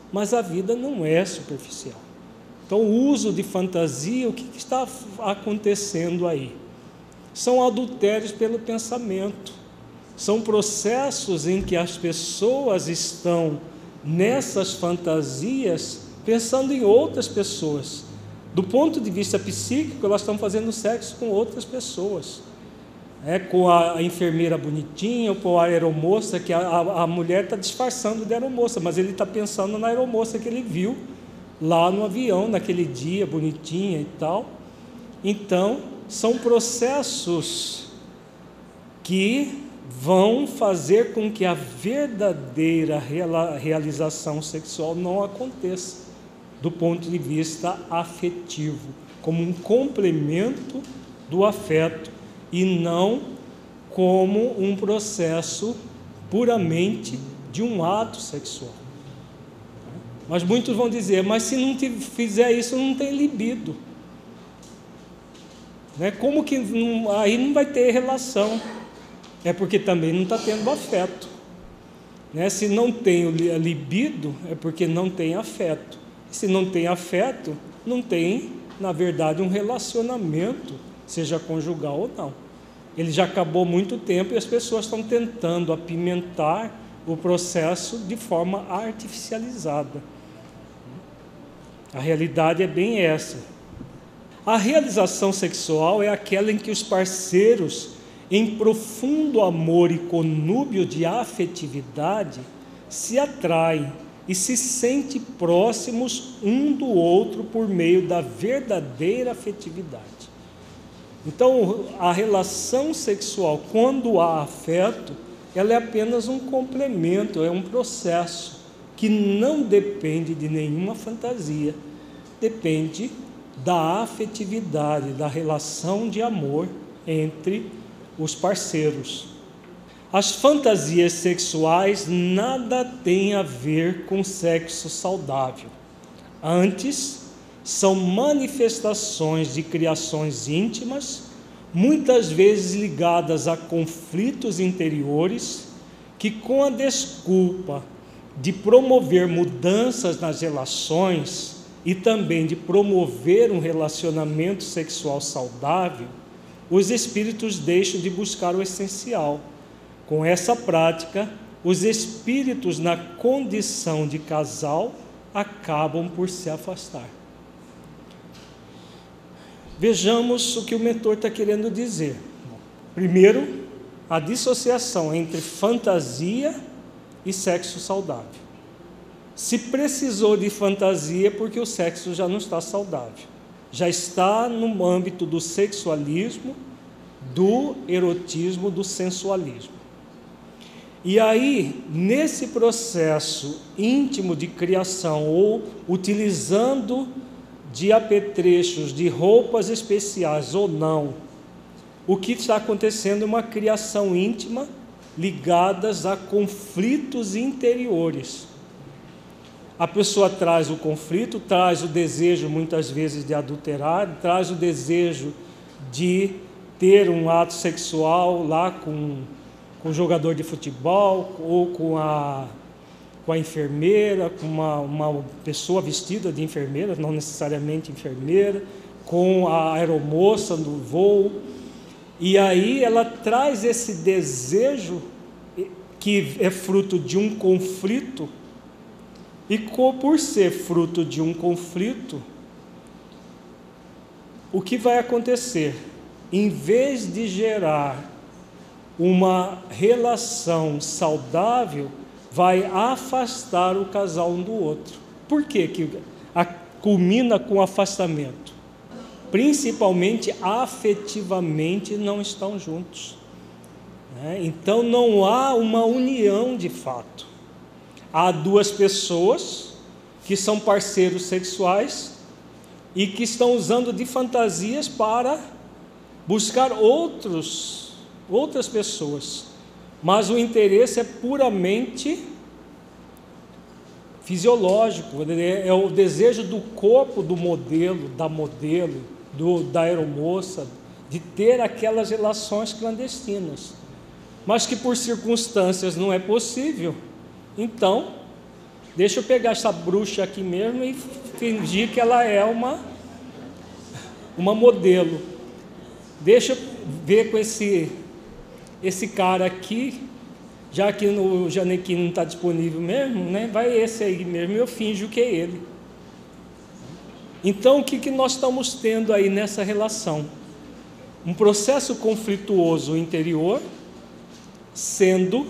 S3: mas a vida não é superficial. Então, o uso de fantasia, o que está acontecendo aí? São adultérios pelo pensamento. São processos em que as pessoas estão nessas fantasias pensando em outras pessoas. Do ponto de vista psíquico, elas estão fazendo sexo com outras pessoas. Com a enfermeira bonitinha, ou com a aeromoça, que a mulher está disfarçando de aeromoça, mas ele está pensando na aeromoça que ele viu lá no avião, naquele dia, bonitinha e tal. Então, são processos que vão fazer com que a verdadeira realização sexual não aconteça, do ponto de vista afetivo, como um complemento do afeto e não como um processo puramente de um ato sexual. Mas muitos vão dizer, mas se não fizer isso, não tem libido. Como que aí não vai ter relação? É porque também não está tendo afeto. Se não tem libido, é porque não tem afeto. Se não tem afeto, não tem, na verdade, um relacionamento, seja conjugal ou não. Ele já acabou há muito tempo e as pessoas estão tentando apimentar o processo de forma artificializada. A realidade é bem essa. A realização sexual é aquela em que os parceiros, em profundo amor e conúbio de afetividade, se atraem e se sentem próximos um do outro por meio da verdadeira afetividade. Então, a relação sexual, quando há afeto, ela é apenas um complemento, é um processo que não depende de nenhuma fantasia, depende da afetividade, da relação de amor entre os parceiros. As fantasias sexuais nada têm a ver com sexo saudável. Antes, são manifestações de criações íntimas, muitas vezes ligadas a conflitos interiores, que com a desculpa de promover mudanças nas relações e também de promover um relacionamento sexual saudável, os espíritos deixam de buscar o essencial. Com essa prática, os espíritos na condição de casal acabam por se afastar. Vejamos o que o mentor está querendo dizer. Primeiro, a dissociação entre fantasia e sexo saudável. Se precisou de fantasia é porque o sexo já não está saudável. Já está no âmbito do sexualismo, do erotismo, do sensualismo. E aí, nesse processo íntimo de criação, ou utilizando de apetrechos, de roupas especiais ou não, o que está acontecendo é uma criação íntima ligadas a conflitos interiores. A pessoa traz o conflito, traz o desejo muitas vezes de adulterar, traz o desejo de ter um ato sexual lá com o jogador de futebol, ou com a enfermeira, com uma pessoa vestida de enfermeira, não necessariamente enfermeira, com a aeromoça do voo. E aí ela traz esse desejo que é fruto de um conflito, e por ser fruto de um conflito, o que vai acontecer? Em vez de gerar uma relação saudável, vai afastar o casal um do outro. Por quê que culmina com afastamento? Principalmente afetivamente não estão juntos. Então não há uma união de fato. Há duas pessoas que são parceiros sexuais e que estão usando de fantasias para buscar outras pessoas, mas o interesse é puramente fisiológico, é o desejo do corpo do modelo, da aeromoça, de ter aquelas relações clandestinas, mas que por circunstâncias não é possível. Então, deixa eu pegar essa bruxa aqui mesmo e fingir que ela é uma modelo. Deixa eu ver com esse cara aqui, já que o Janequim não está disponível mesmo, né? Vai esse aí mesmo, eu finjo que é ele. Então, o que nós estamos tendo aí nessa relação? Um processo conflituoso interior sendo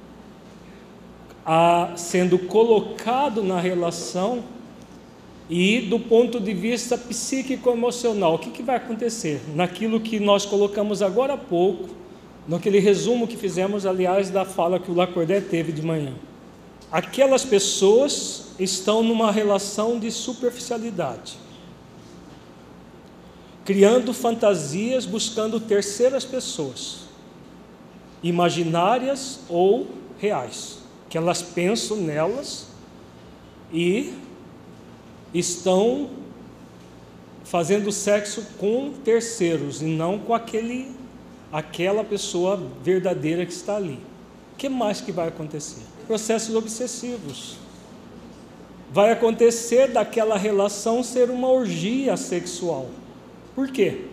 S3: colocado na relação, e do ponto de vista psíquico-emocional, o que vai acontecer? Naquilo que nós colocamos agora há pouco, naquele resumo que fizemos, aliás, da fala que o Lacordaire teve de manhã. Aquelas pessoas estão numa relação de superficialidade, criando fantasias, buscando terceiras pessoas, imaginárias ou reais, que elas pensam nelas e estão fazendo sexo com terceiros e não com aquela pessoa verdadeira que está ali. O que mais que vai acontecer? Processos obsessivos. Vai acontecer daquela relação ser uma orgia sexual. Por quê?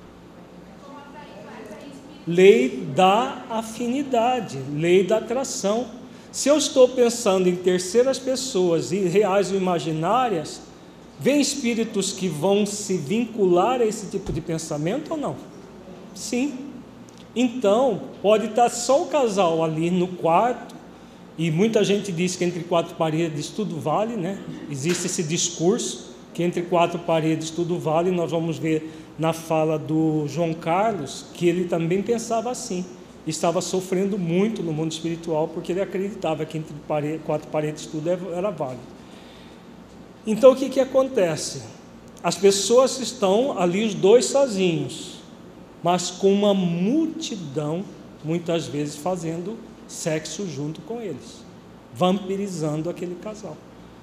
S3: Lei da afinidade, lei da atração. Se eu estou pensando em terceiras pessoas, reais ou imaginárias, vem espíritos que vão se vincular a esse tipo de pensamento ou não? Sim. Então, pode estar só o casal ali no quarto, e muita gente diz que entre quatro paredes tudo vale, né? Existe esse discurso que entre quatro paredes tudo vale. Nós vamos ver na fala do João Carlos que ele também pensava assim. Estava sofrendo muito no mundo espiritual porque ele acreditava que entre quatro paredes tudo era válido. Então o que acontece? As pessoas estão ali, os dois sozinhos, mas com uma multidão, muitas vezes fazendo sexo junto com eles, vampirizando aquele casal.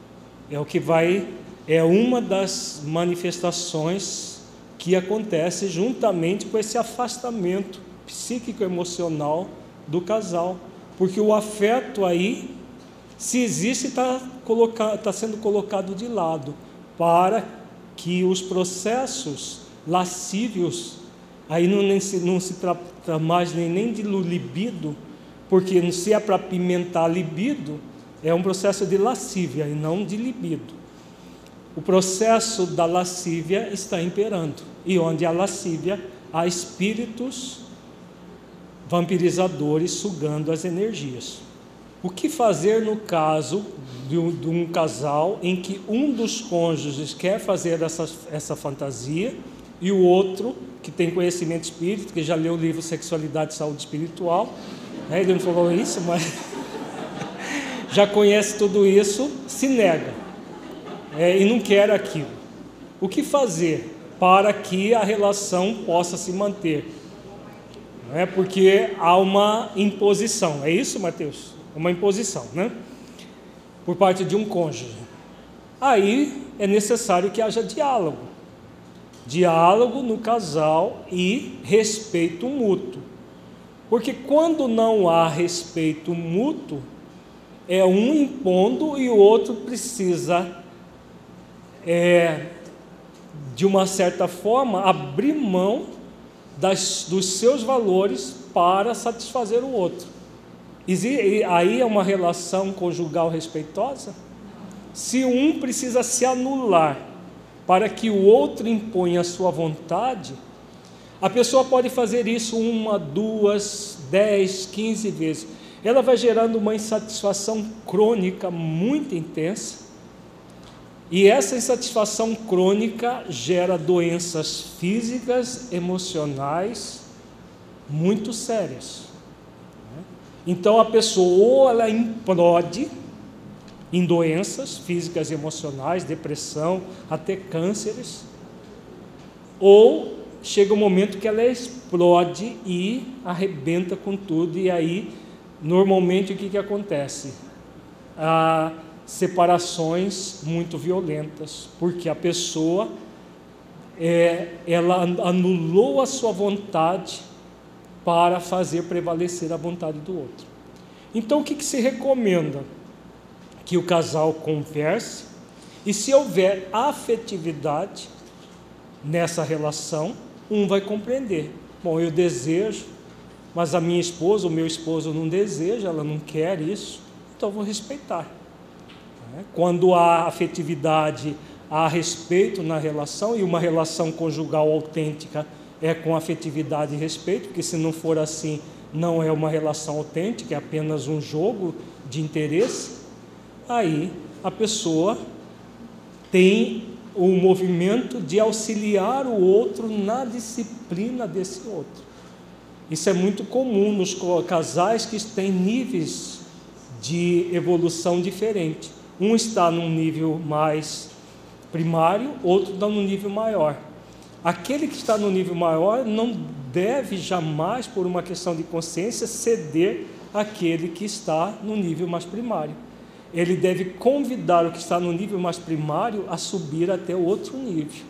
S3: É uma das manifestações que acontece juntamente com esse afastamento psíquico-emocional do casal, porque o afeto aí, se existe, está sendo colocado de lado, para que os processos lascívios, aí não se trata mais nem de libido, porque se é para pimentar libido, é um processo de lascívia e não de libido. O processo da lascívia está imperando, e onde há lascívia, há espíritos vampirizadores sugando as energias. O que fazer no caso de um casal em que um dos cônjuges quer fazer essa fantasia e o outro, que tem conhecimento espírita, que já leu o livro Sexualidade e Saúde Espiritual, ele não falou isso, mas já conhece tudo isso, se nega e não quer aquilo. O que fazer para que a relação possa se manter? Não é porque há uma imposição, é isso, Mateus? Uma imposição, né? Por parte de um cônjuge. Aí é necessário que haja diálogo. Diálogo no casal e respeito mútuo. Porque quando não há respeito mútuo, é um impondo e o outro precisa, de uma certa forma, abrir mão dos seus valores para satisfazer o outro. Aí é uma relação conjugal respeitosa? Se um precisa se anular para que o outro imponha a sua vontade, a pessoa pode fazer isso 1, 2, 10, 15 vezes. Ela vai gerando uma insatisfação crônica muito intensa, e essa insatisfação crônica gera doenças físicas, emocionais muito sérias. Então a pessoa, ou ela implode em doenças físicas e emocionais, depressão, até cânceres, ou chega um momento que ela explode e arrebenta com tudo, e aí normalmente o que acontece? Há separações muito violentas, porque a pessoa ela anulou a sua vontade para fazer prevalecer a vontade do outro. Então o que se recomenda? que o casal converse, e se houver afetividade nessa relação, um vai compreender. Bom, eu desejo, mas a minha esposa, o meu esposo não deseja, ela não quer isso, então eu vou respeitar. Quando há afetividade, há respeito na relação, e uma relação conjugal autêntica é com afetividade e respeito, porque se não for assim, não é uma relação autêntica, é apenas um jogo de interesse. Aí a pessoa tem o movimento de auxiliar o outro na disciplina desse outro. Isso é muito comum nos casais que têm níveis de evolução diferentes. Um está num nível mais primário, outro está num nível maior. Aquele que está no nível maior não deve jamais, por uma questão de consciência, ceder àquele que está no nível mais primário. Ele deve convidar o que está no nível mais primário a subir até o outro nível,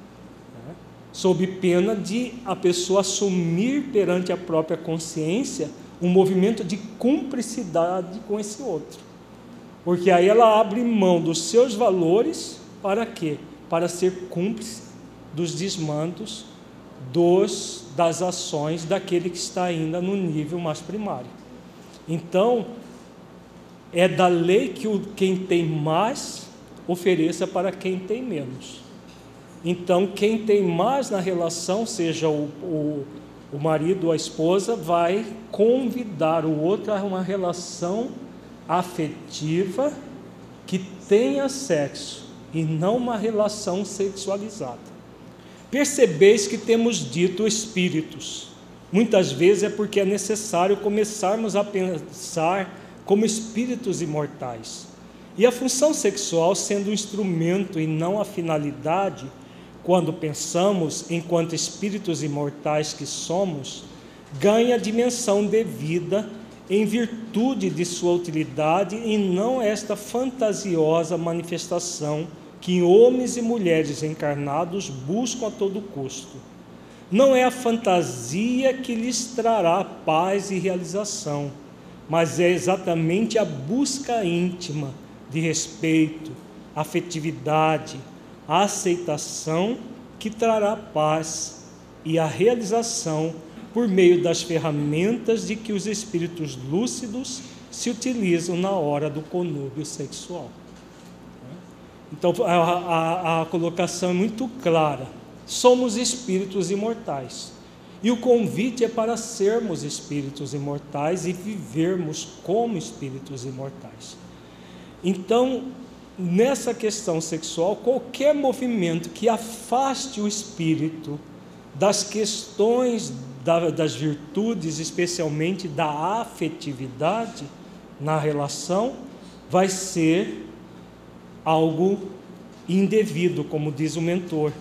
S3: sob pena de a pessoa assumir perante a própria consciência um movimento de cumplicidade com esse outro. Porque aí ela abre mão dos seus valores para quê? Para ser cúmplice dos desmandos, das ações daquele que está ainda no nível mais primário. Então, é da lei que quem tem mais ofereça para quem tem menos. Então, quem tem mais na relação, seja o marido ou a esposa, vai convidar o outro a uma relação afetiva que tenha sexo e não uma relação sexualizada. Percebeis que temos dito espíritos. Muitas vezes é porque é necessário começarmos a pensar como espíritos imortais. E a função sexual, sendo um instrumento e não a finalidade, quando pensamos enquanto espíritos imortais que somos, ganha dimensão devida em virtude de sua utilidade e não esta fantasiosa manifestação que homens e mulheres encarnados buscam a todo custo. Não é a fantasia que lhes trará paz e realização, mas é exatamente a busca íntima de respeito, afetividade, aceitação que trará paz e a realização por meio das ferramentas de que os espíritos lúcidos se utilizam na hora do conúbio sexual. Então a colocação é muito clara. Somos espíritos imortais. E o convite é para sermos espíritos imortais e vivermos como espíritos imortais. Então, nessa questão sexual, qualquer movimento que afaste o espírito das questões das virtudes, especialmente da afetividade na relação, vai ser algo indevido, como diz o mentor.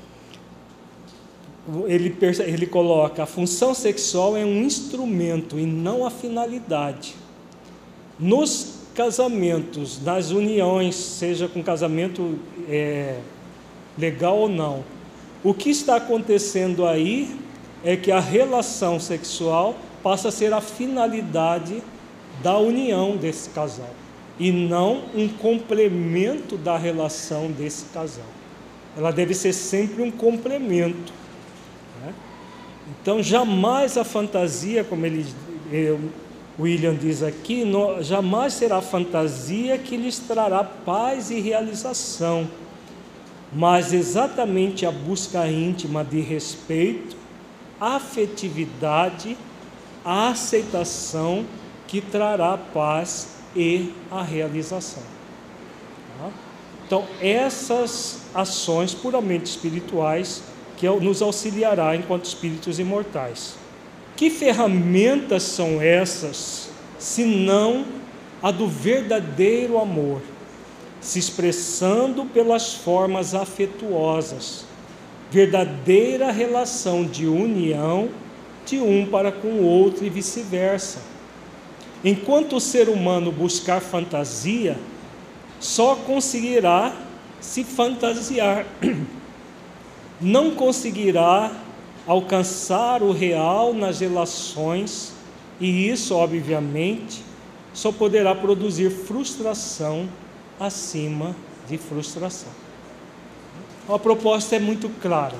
S3: Ele coloca: a função sexual é um instrumento e não a finalidade. Nos casamentos, nas uniões, seja com casamento legal ou não, o que está acontecendo aí é que a relação sexual passa a ser a finalidade da união desse casal e não um complemento da relação desse casal. Ela deve ser sempre um complemento, né? Então, jamais a fantasia, como William diz aqui, jamais será a fantasia que lhes trará paz e realização, mas exatamente a busca íntima de respeito, afetividade, a aceitação que trará paz e a realização. Então, essas ações puramente espirituais que nos auxiliará enquanto espíritos imortais. Que ferramentas são essas, senão a do verdadeiro amor, se expressando pelas formas afetuosas, verdadeira relação de união de um para com o outro e vice-versa. Enquanto o ser humano buscar fantasia, só conseguirá se fantasiar, não conseguirá alcançar o real nas relações, e isso, obviamente, só poderá produzir frustração acima de frustração. A proposta é muito clara.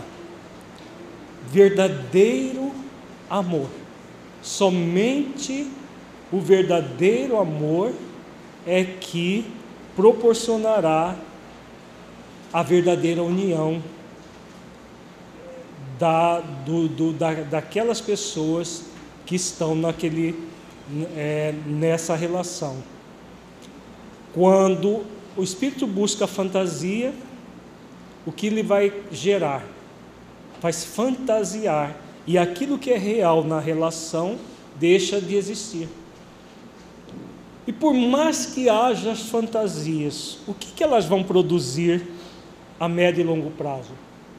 S3: Verdadeiro amor. Somente o verdadeiro amor é que proporcionará a verdadeira união daquelas pessoas que estão nessa relação. Quando o espírito busca a fantasia, o que ele vai gerar? Faz fantasiar, e aquilo que é real na relação deixa de existir. E por mais que haja as fantasias, o que elas vão produzir a médio e longo prazo?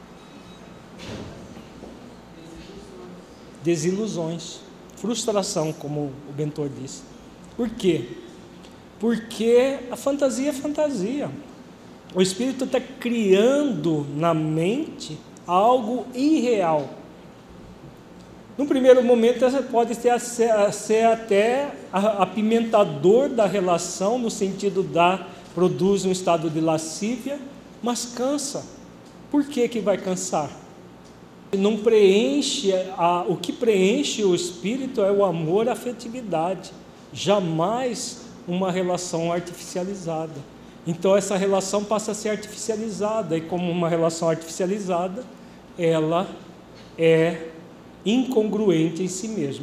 S3: Desilusões, frustração, como o Bentor disse. Por quê? Porque a fantasia é fantasia. O espírito está criando na mente algo irreal. No primeiro momento, pode ser até apimentador da relação, no sentido produz um estado de lascívia, mas cansa. Por que vai cansar? Não preenche, o que preenche o espírito é o amor, a afetividade, jamais uma relação artificializada. Então essa relação passa a ser artificializada, e como uma relação artificializada, ela é incongruente em si mesma.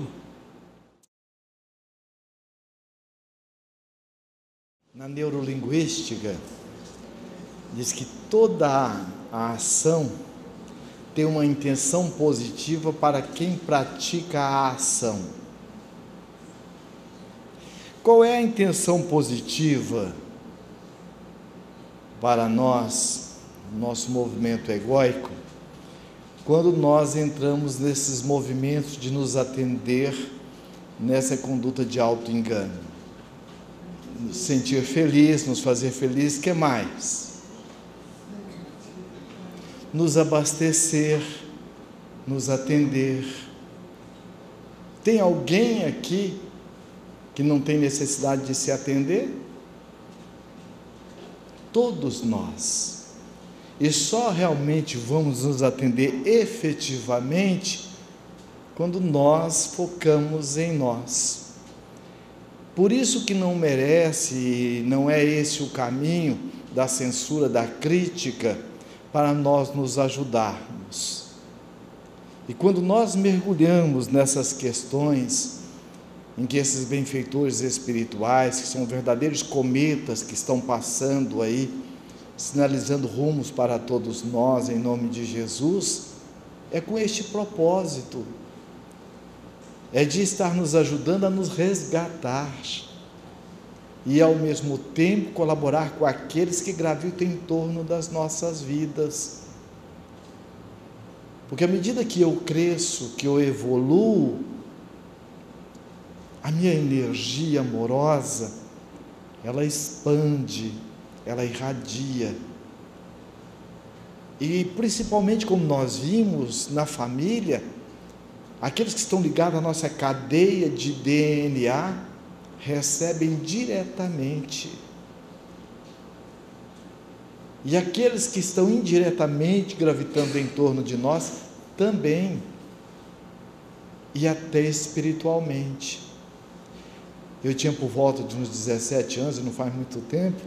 S2: Na neurolinguística, diz que toda a ação tem uma intenção positiva para quem pratica a ação. Qual é a intenção positiva para nós, nosso movimento egóico, quando nós entramos nesses movimentos de nos atender nessa conduta de auto-engano? Nos sentir feliz, nos fazer feliz, que mais? Nos abastecer, nos atender. Tem alguém aqui que não tem necessidade de se atender? Todos nós. E só realmente vamos nos atender efetivamente quando nós focamos em nós. Por isso que não merece, não é esse o caminho da censura, da crítica, para nós nos ajudarmos. E quando nós mergulhamos nessas questões, em que esses benfeitores espirituais, que são verdadeiros cometas que estão passando aí, sinalizando rumos para todos nós, em nome de Jesus, é com este propósito, é de estar nos ajudando a nos resgatar, e ao mesmo tempo colaborar com aqueles que gravitam em torno das nossas vidas. Porque à medida que eu cresço, que eu evoluo, a minha energia amorosa, ela expande, ela irradia. E principalmente, como nós vimos na família, aqueles que estão ligados à nossa cadeia de DNA, recebem diretamente. E aqueles que estão indiretamente gravitando em torno de nós, também. E até espiritualmente. Eu tinha por volta de uns 17 anos, não faz muito tempo,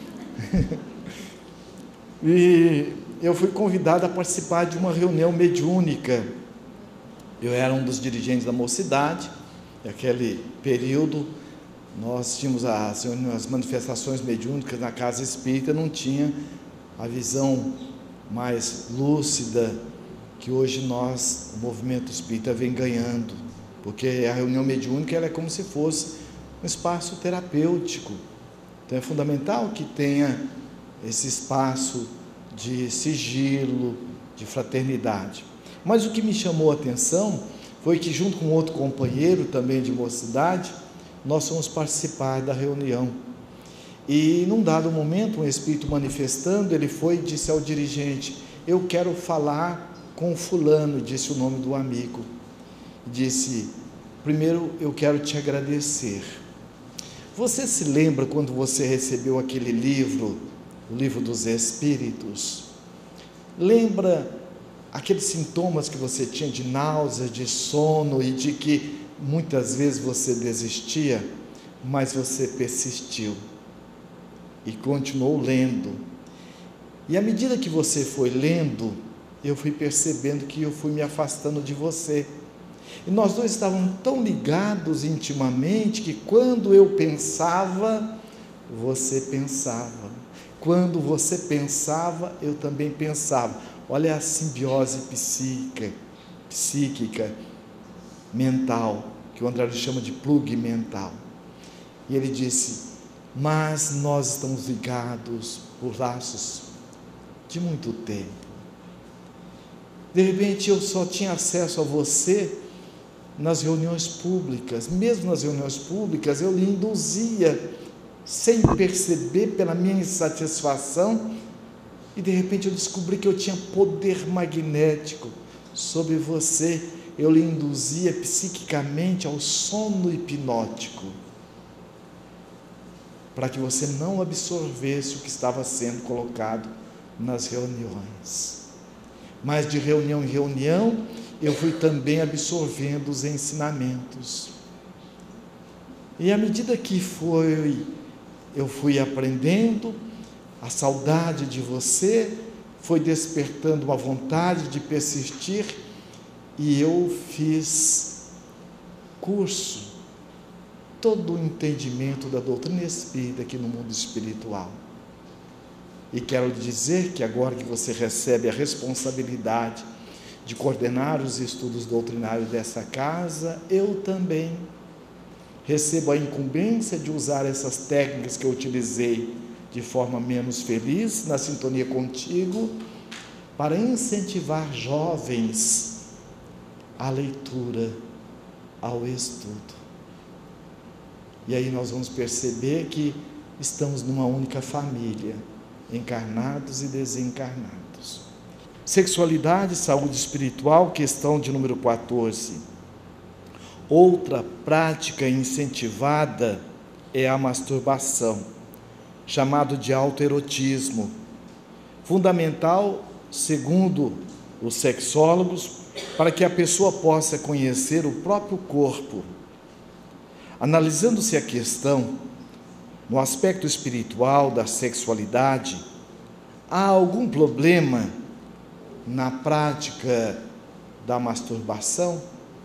S2: e eu fui convidado a participar de uma reunião mediúnica. Eu era um dos dirigentes da mocidade, naquele período nós tínhamos as manifestações mediúnicas na casa espírita, não tinha a visão mais lúcida que hoje nós, o movimento espírita, vem ganhando, porque a reunião mediúnica ela é como se fosse um espaço terapêutico. Então é fundamental que tenha esse espaço de sigilo, de fraternidade. Mas o que me chamou a atenção foi que, junto com outro companheiro também de mocidade, nós fomos participar da reunião. E num dado momento, um espírito manifestando, ele foi e disse ao dirigente: eu quero falar com fulano, disse o nome do amigo. Disse: primeiro eu quero te agradecer, Você se lembra quando você recebeu aquele livro, o Livro dos Espíritos? Lembra aqueles sintomas que você tinha de náusea, de sono e de que muitas vezes você desistia, mas você persistiu e continuou lendo. E à medida que você foi lendo, eu fui percebendo que eu fui me afastando de você. E nós dois estávamos tão ligados intimamente que quando eu pensava, você pensava. Quando você pensava, eu também pensava. Olha a simbiose psíquica, mental, que o André chama de plug mental. E ele disse, mas nós estamos ligados por laços de muito tempo. De repente eu só tinha acesso a você nas reuniões públicas. Mesmo nas reuniões públicas eu lhe induzia, sem perceber, pela minha insatisfação, e de repente eu descobri que eu tinha poder magnético sobre você. Eu lhe induzia psiquicamente ao sono hipnótico, para que você não absorvesse o que estava sendo colocado nas reuniões. Mas de reunião em reunião, eu fui também absorvendo os ensinamentos. E à medida que eu fui aprendendo, a saudade de você foi despertando uma vontade de persistir, e eu fiz curso, todo o entendimento da doutrina espírita aqui no mundo espiritual. E quero lhe dizer que agora que você recebe a responsabilidade de coordenar os estudos doutrinários dessa casa, eu também recebo a incumbência de usar essas técnicas que eu utilizei de forma menos feliz, na sintonia contigo, para incentivar jovens à leitura, ao estudo. E aí nós vamos perceber que estamos numa única família, encarnados e desencarnados. Sexualidade e saúde espiritual, questão de número 14. Outra prática incentivada é a masturbação, chamado de autoerotismo, fundamental, segundo os sexólogos, para que a pessoa possa conhecer o próprio corpo. Analisando-se a questão, no aspecto espiritual da sexualidade, há algum problema na prática da masturbação?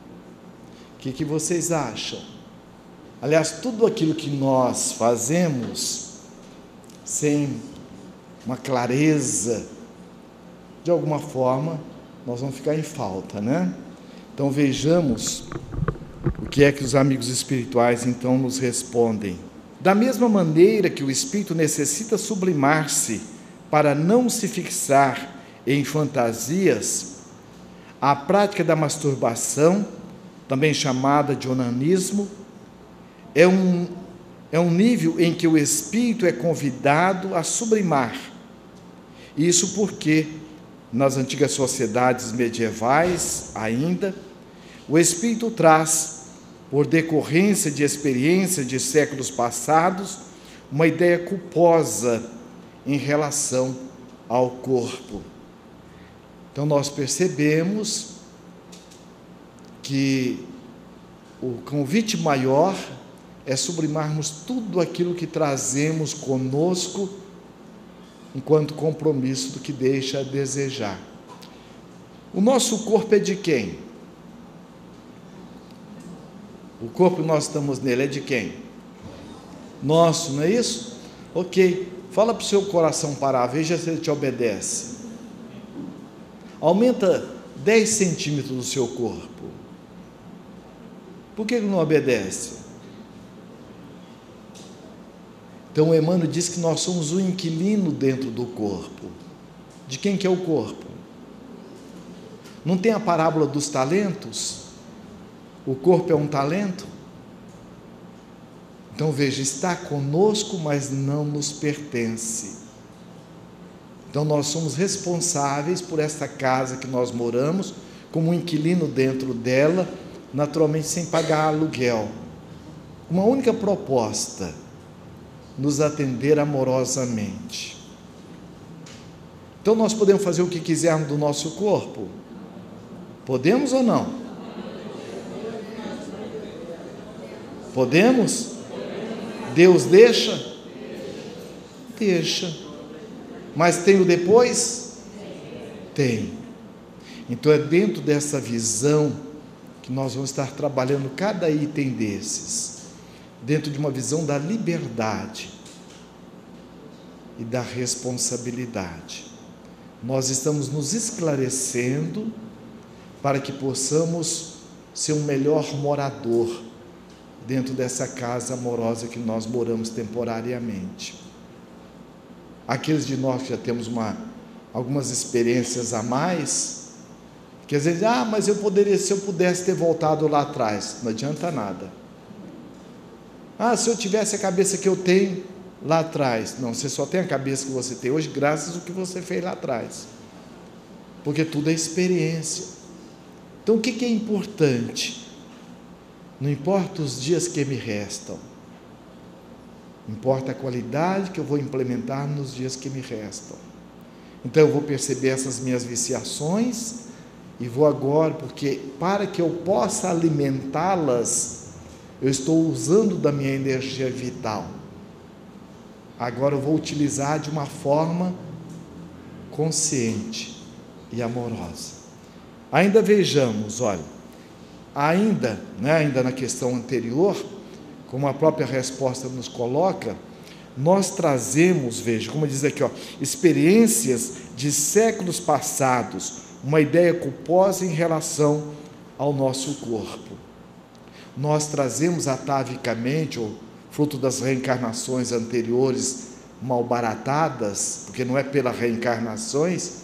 S2: O que vocês acham? Aliás, tudo aquilo que nós fazemos sem uma clareza, de alguma forma, nós vamos ficar em falta, né? Então vejamos o que é que os amigos espirituais então nos respondem. Da mesma maneira que o espírito necessita sublimar-se para não se fixar em fantasias, a prática da masturbação, também chamada de onanismo, é um nível em que o espírito é convidado a sublimar. Isso porque, nas antigas sociedades medievais ainda, o espírito traz, por decorrência de experiência de séculos passados, uma ideia culposa em relação ao corpo. Então nós percebemos que o convite maior é sublimarmos tudo aquilo que trazemos conosco enquanto compromisso do que deixa a desejar. O nosso corpo é de quem? O corpo que nós estamos nele é de quem? Nosso, não é isso? Ok, fala para o seu coração parar, veja se ele te obedece. Aumenta 10 centímetros do seu corpo. Por que ele não obedece? Então Emmanuel diz que nós somos o inquilino dentro do corpo. De quem que é o corpo? Não tem a parábola dos talentos? O corpo é um talento? Então veja, está conosco, mas não nos pertence. Então nós somos responsáveis por esta casa que nós moramos, como um inquilino dentro dela, naturalmente sem pagar aluguel. uma única proposta: nos atender amorosamente. Então nós podemos fazer o que quisermos do nosso corpo? Podemos ou não? Podemos? Deus deixa? Deixa. Mas tem o depois? Tem. Então é dentro dessa visão que nós vamos estar trabalhando cada item desses, dentro de uma visão da liberdade e da responsabilidade. Nós estamos nos esclarecendo para que possamos ser um melhor morador dentro dessa casa amorosa que nós moramos temporariamente. Aqueles de nós que já temos algumas experiências a mais, que às vezes, mas se eu pudesse ter voltado lá atrás, não adianta nada. Se eu tivesse a cabeça que eu tenho lá atrás. Não, você só tem a cabeça que você tem hoje graças ao que você fez lá atrás, porque tudo é experiência. Então o que é importante? Não importa os dias que me restam, importa a qualidade que eu vou implementar nos dias que me restam. Então eu vou perceber essas minhas viciações e vou agora, porque para que eu possa alimentá-las, eu estou usando da minha energia vital. Agora eu vou utilizar de uma forma consciente e amorosa. Ainda vejamos, olha, ainda na questão anterior, como a própria resposta nos coloca, nós trazemos, veja, como diz aqui, experiências de séculos passados, uma ideia culposa em relação ao nosso corpo. Nós trazemos atavicamente, ou fruto das reencarnações anteriores malbaratadas, porque não é pelas reencarnações,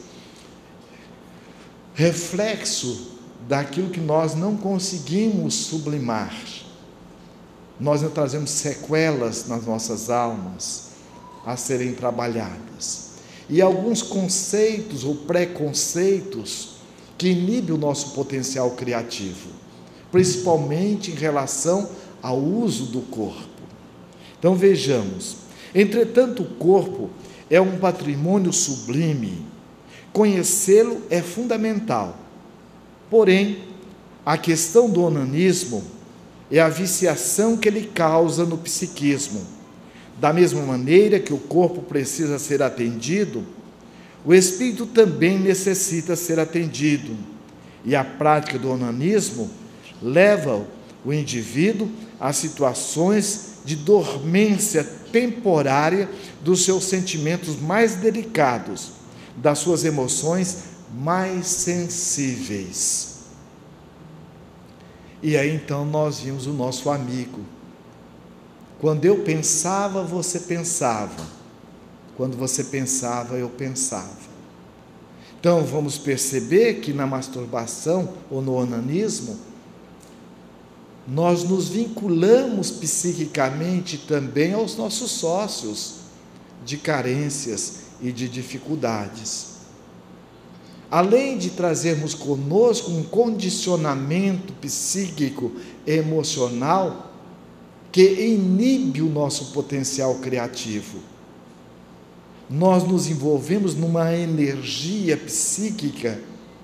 S2: reflexo daquilo que nós não conseguimos sublimar. Nós não trazemos sequelas nas nossas almas a serem trabalhadas. E alguns conceitos ou preconceitos que inibem o nosso potencial criativo, principalmente em relação ao uso do corpo. Então vejamos, entretanto o corpo é um patrimônio sublime, conhecê-lo é fundamental. Porém, a questão do onanismo é a viciação que ele causa no psiquismo. Da mesma maneira que o corpo precisa ser atendido, o espírito também necessita ser atendido. E a prática do onanismo leva o indivíduo a situações de dormência temporária dos seus sentimentos mais delicados, das suas emoções mais sensíveis. E aí então nós vimos o nosso amigo. Quando eu pensava, você pensava. Quando você pensava, eu pensava. Então vamos perceber que na masturbação ou no onanismo, nós nos vinculamos psiquicamente também aos nossos sócios de carências e de dificuldades. Além de trazermos conosco um condicionamento psíquico e emocional que inibe o nosso potencial criativo, nós nos envolvemos numa energia psíquica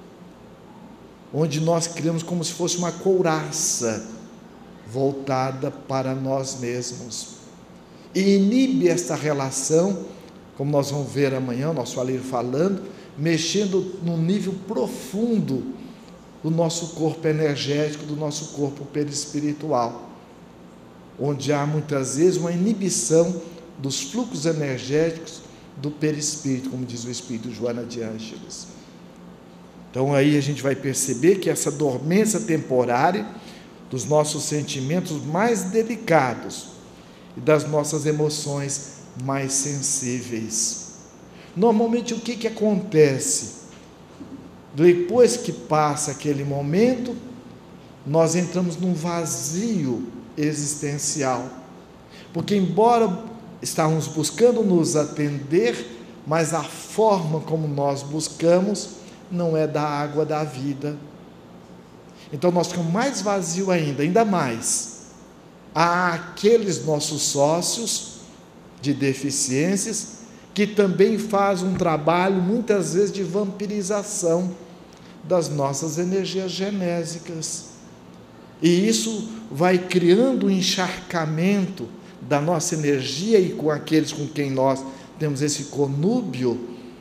S2: onde nós criamos como se fosse uma couraça voltada para nós mesmos, e inibe esta relação, como nós vamos ver amanhã, o nosso Alírio falando, mexendo no nível profundo do nosso corpo energético, do nosso corpo perispiritual, onde há muitas vezes uma inibição dos fluxos energéticos do perispírito, como diz o Espírito Joana de Ângeles. Então aí a gente vai perceber que essa dormência temporária dos nossos sentimentos mais delicados e das nossas emoções mais sensíveis. Normalmente o que acontece? Depois que passa aquele momento, nós entramos num vazio existencial, porque embora estávamos buscando nos atender, mas a forma como nós buscamos não é da água da vida. Então nós ficamos mais vazios ainda mais, há aqueles nossos sócios de deficiências que também fazem um trabalho, muitas vezes, de vampirização das nossas energias genésicas. E isso vai criando um encharcamento da nossa energia e com aqueles com quem nós temos esse conúbio.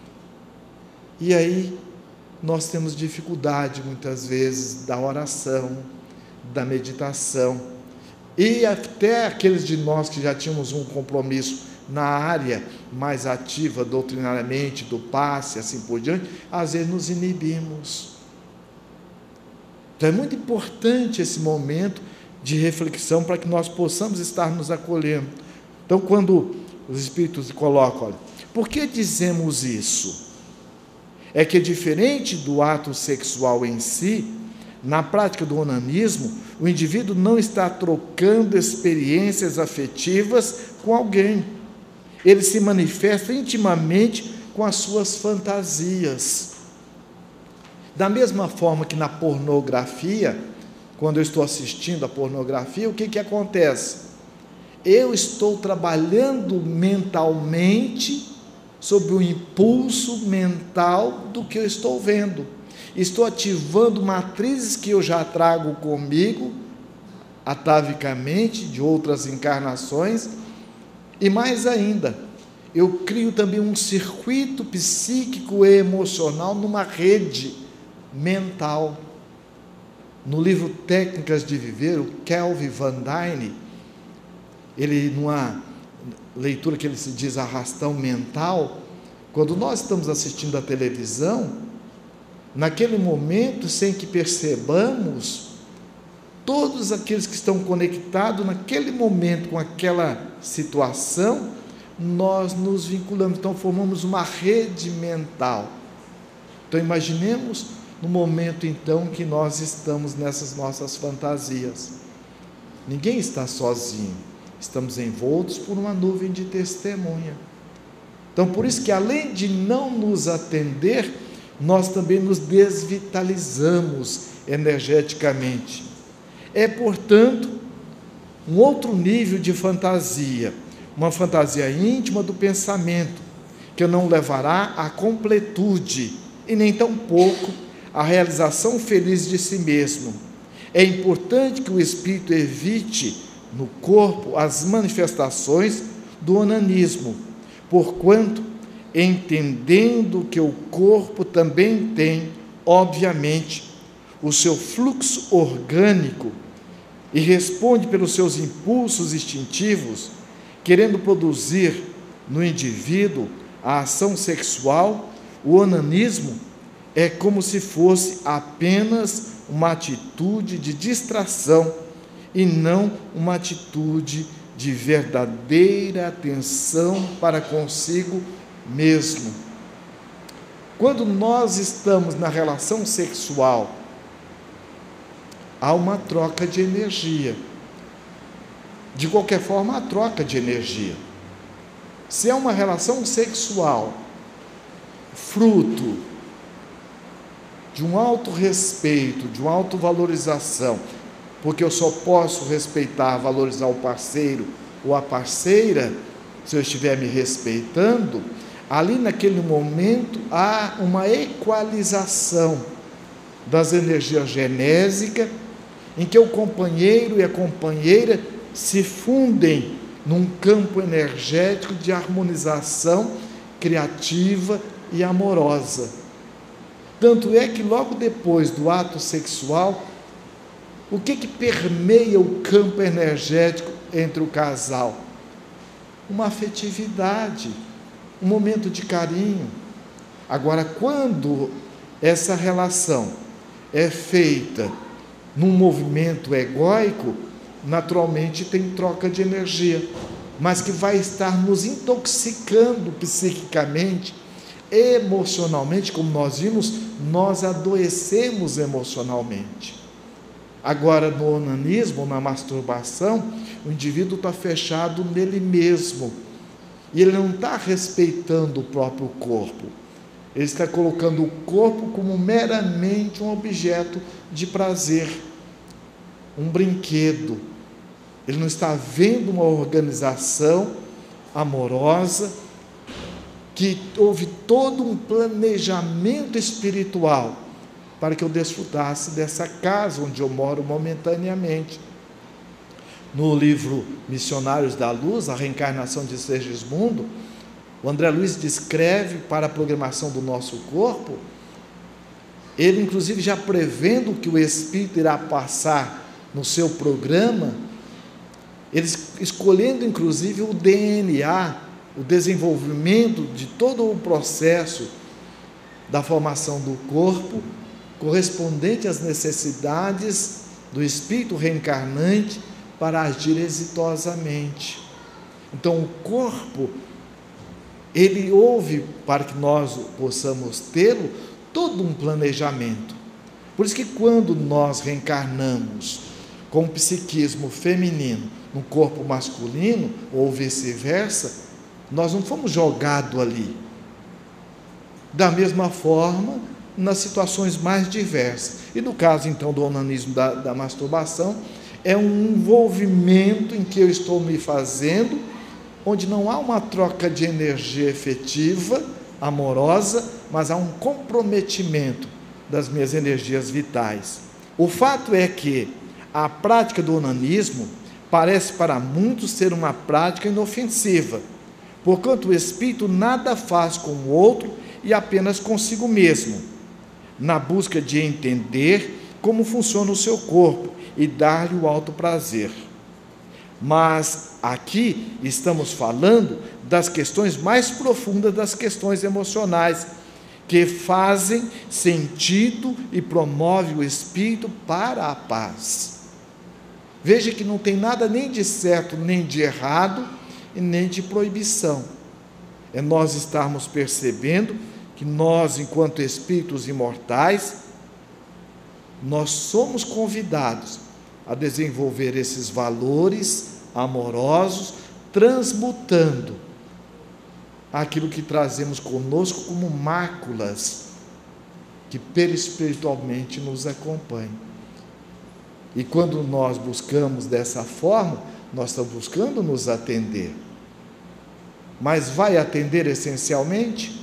S2: E aí nós temos dificuldade, muitas vezes, da oração, da meditação. E até aqueles de nós que já tínhamos um compromisso na área mais ativa doutrinariamente, do passe, assim por diante, às vezes nos inibimos. Então é muito importante esse momento de reflexão para que nós possamos estar nos acolhendo. Então, quando os Espíritos colocam, olha, por que dizemos isso? É que, diferente do ato sexual em si, na prática do onanismo, o indivíduo não está trocando experiências afetivas com alguém. Ele se manifesta intimamente com as suas fantasias. Da mesma forma que na pornografia, quando eu estou assistindo a pornografia, o que acontece? Eu estou trabalhando mentalmente sob o impulso mental do que eu estou vendo. Estou ativando matrizes que eu já trago comigo, atavicamente, de outras encarnações, e mais ainda, eu crio também um circuito psíquico e emocional numa rede mental. No livro Técnicas de Viver, o Kelvin Van Dyne, ele, numa leitura que ele se diz arrastão mental, quando nós estamos assistindo a televisão, naquele momento, sem que percebamos, todos aqueles que estão conectados naquele momento com aquela situação, nós nos vinculamos, então formamos uma rede mental. Então imaginemos no momento então que nós estamos nessas nossas fantasias. Ninguém está sozinho, estamos envoltos por uma nuvem de testemunha. Então por isso que, além de não nos atender, nós também nos desvitalizamos energeticamente. É, portanto, um outro nível de fantasia, uma fantasia íntima do pensamento, que não levará à completude e nem tampouco à realização feliz de si mesmo. É importante que o espírito evite no corpo as manifestações do onanismo, porquanto, entendendo que o corpo também tem, obviamente, o seu fluxo orgânico e responde pelos seus impulsos instintivos, querendo produzir no indivíduo a ação sexual, o onanismo é como se fosse apenas uma atitude de distração e não uma atitude de verdadeira atenção para consigo mesmo. Quando nós estamos na relação sexual, há uma troca de energia. De qualquer forma, há troca de energia. Se é uma relação sexual fruto de um autorrespeito, de uma autovalorização, porque eu só posso respeitar, valorizar o parceiro ou a parceira se eu estiver me respeitando, ali naquele momento há uma equalização das energias genésicas, em que o companheiro e a companheira se fundem num campo energético de harmonização criativa e amorosa. Tanto é que logo depois do ato sexual, o que permeia o campo energético entre o casal? Uma afetividade, um momento de carinho. Agora, quando essa relação é feita num movimento egóico, naturalmente tem troca de energia, mas que vai estar nos intoxicando psiquicamente, emocionalmente, como nós vimos, nós adoecemos emocionalmente. Agora, no onanismo, na masturbação, o indivíduo está fechado nele mesmo, e ele não está respeitando o próprio corpo, ele está colocando o corpo como meramente um objeto de prazer, um brinquedo. ele não está vendo uma organização amorosa, que houve todo um planejamento espiritual para que eu desfrutasse dessa casa onde eu moro momentaneamente. No livro Missionários da Luz, a reencarnação de Segismundo, o André Luiz descreve para a programação do nosso corpo, ele inclusive já prevendo que o espírito irá passar no seu programa, ele escolhendo inclusive o DNA, o desenvolvimento de todo o processo da formação do corpo, correspondente às necessidades do espírito reencarnante para agir exitosamente. Então o corpo, ele houve, para que nós possamos tê-lo, todo um planejamento. Por isso que quando nós reencarnamos com o psiquismo feminino no corpo masculino, ou vice-versa, nós não fomos jogados ali. Da mesma forma, nas situações mais diversas. E no caso, então, do onanismo da masturbação, é um envolvimento em que eu estou me fazendo, onde não há uma troca de energia efetiva, amorosa, mas há um comprometimento das minhas energias vitais. O fato é que a prática do onanismo parece para muitos ser uma prática inofensiva, porquanto o espírito nada faz com o outro e apenas consigo mesmo, na busca de entender como funciona o seu corpo e dar-lhe o alto prazer. Mas aqui estamos falando das questões mais profundas, das questões emocionais, que fazem sentido e promovem o espírito para a paz. Veja que não tem nada nem de certo, nem de errado, e nem de proibição. É nós estarmos percebendo que nós, enquanto espíritos imortais, nós somos convidados a desenvolver esses valores amorosos, transmutando aquilo que trazemos conosco como máculas que perispiritualmente nos acompanham. E quando nós buscamos dessa forma, nós estamos buscando nos atender. Mas vai atender essencialmente?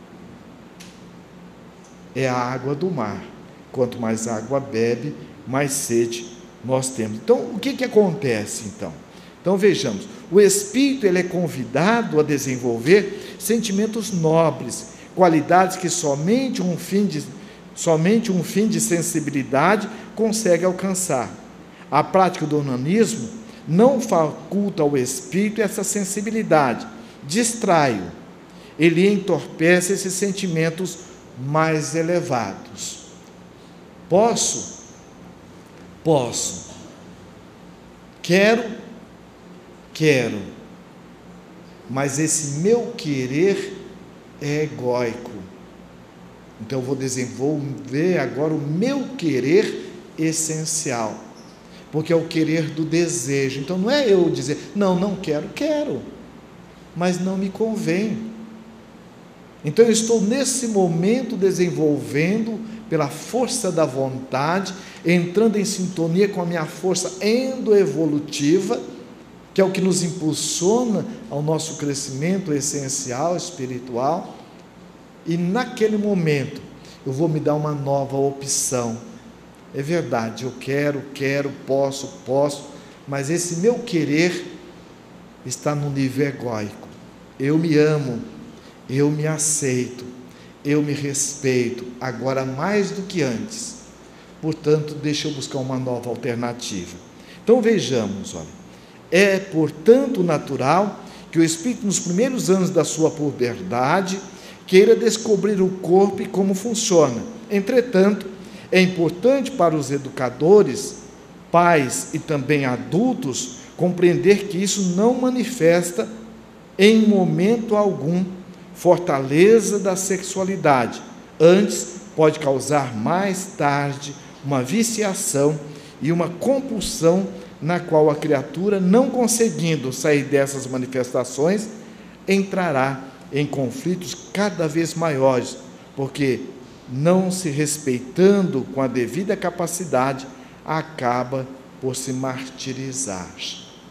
S2: É a água do mar. Quanto mais água bebe, mais sede nós temos. Então, o que acontece então? Então vejamos, o espírito ele é convidado a desenvolver sentimentos nobres, qualidades que somente um fim de sensibilidade consegue alcançar. A prática do onanismo não faculta ao espírito essa sensibilidade, distrai-o, ele entorpece esses sentimentos mais elevados. Posso, quero, mas esse meu querer é egóico. Então eu vou desenvolver agora o meu querer essencial, porque é o querer do desejo. Então não é eu dizer, não quero, mas não me convém. Então eu estou nesse momento desenvolvendo pela força da vontade, entrando em sintonia com a minha força endoevolutiva, que é o que nos impulsiona ao nosso crescimento essencial, espiritual, e naquele momento eu vou me dar uma nova opção. É verdade, eu quero, posso, mas esse meu querer está no nível egóico. Eu me amo, eu me aceito, eu me respeito, agora mais do que antes. Portanto, deixa eu buscar uma nova alternativa. Então vejamos, olha. É, portanto, natural que o espírito, nos primeiros anos da sua puberdade, queira descobrir o corpo e como funciona. Entretanto, é importante para os educadores, pais e também adultos, compreender que isso não manifesta, em momento algum, fortaleza da sexualidade. Antes, pode causar mais tarde uma viciação e uma compulsão na qual a criatura, não conseguindo sair dessas manifestações, entrará em conflitos cada vez maiores, porque, não se respeitando com a devida capacidade, acaba por se martirizar.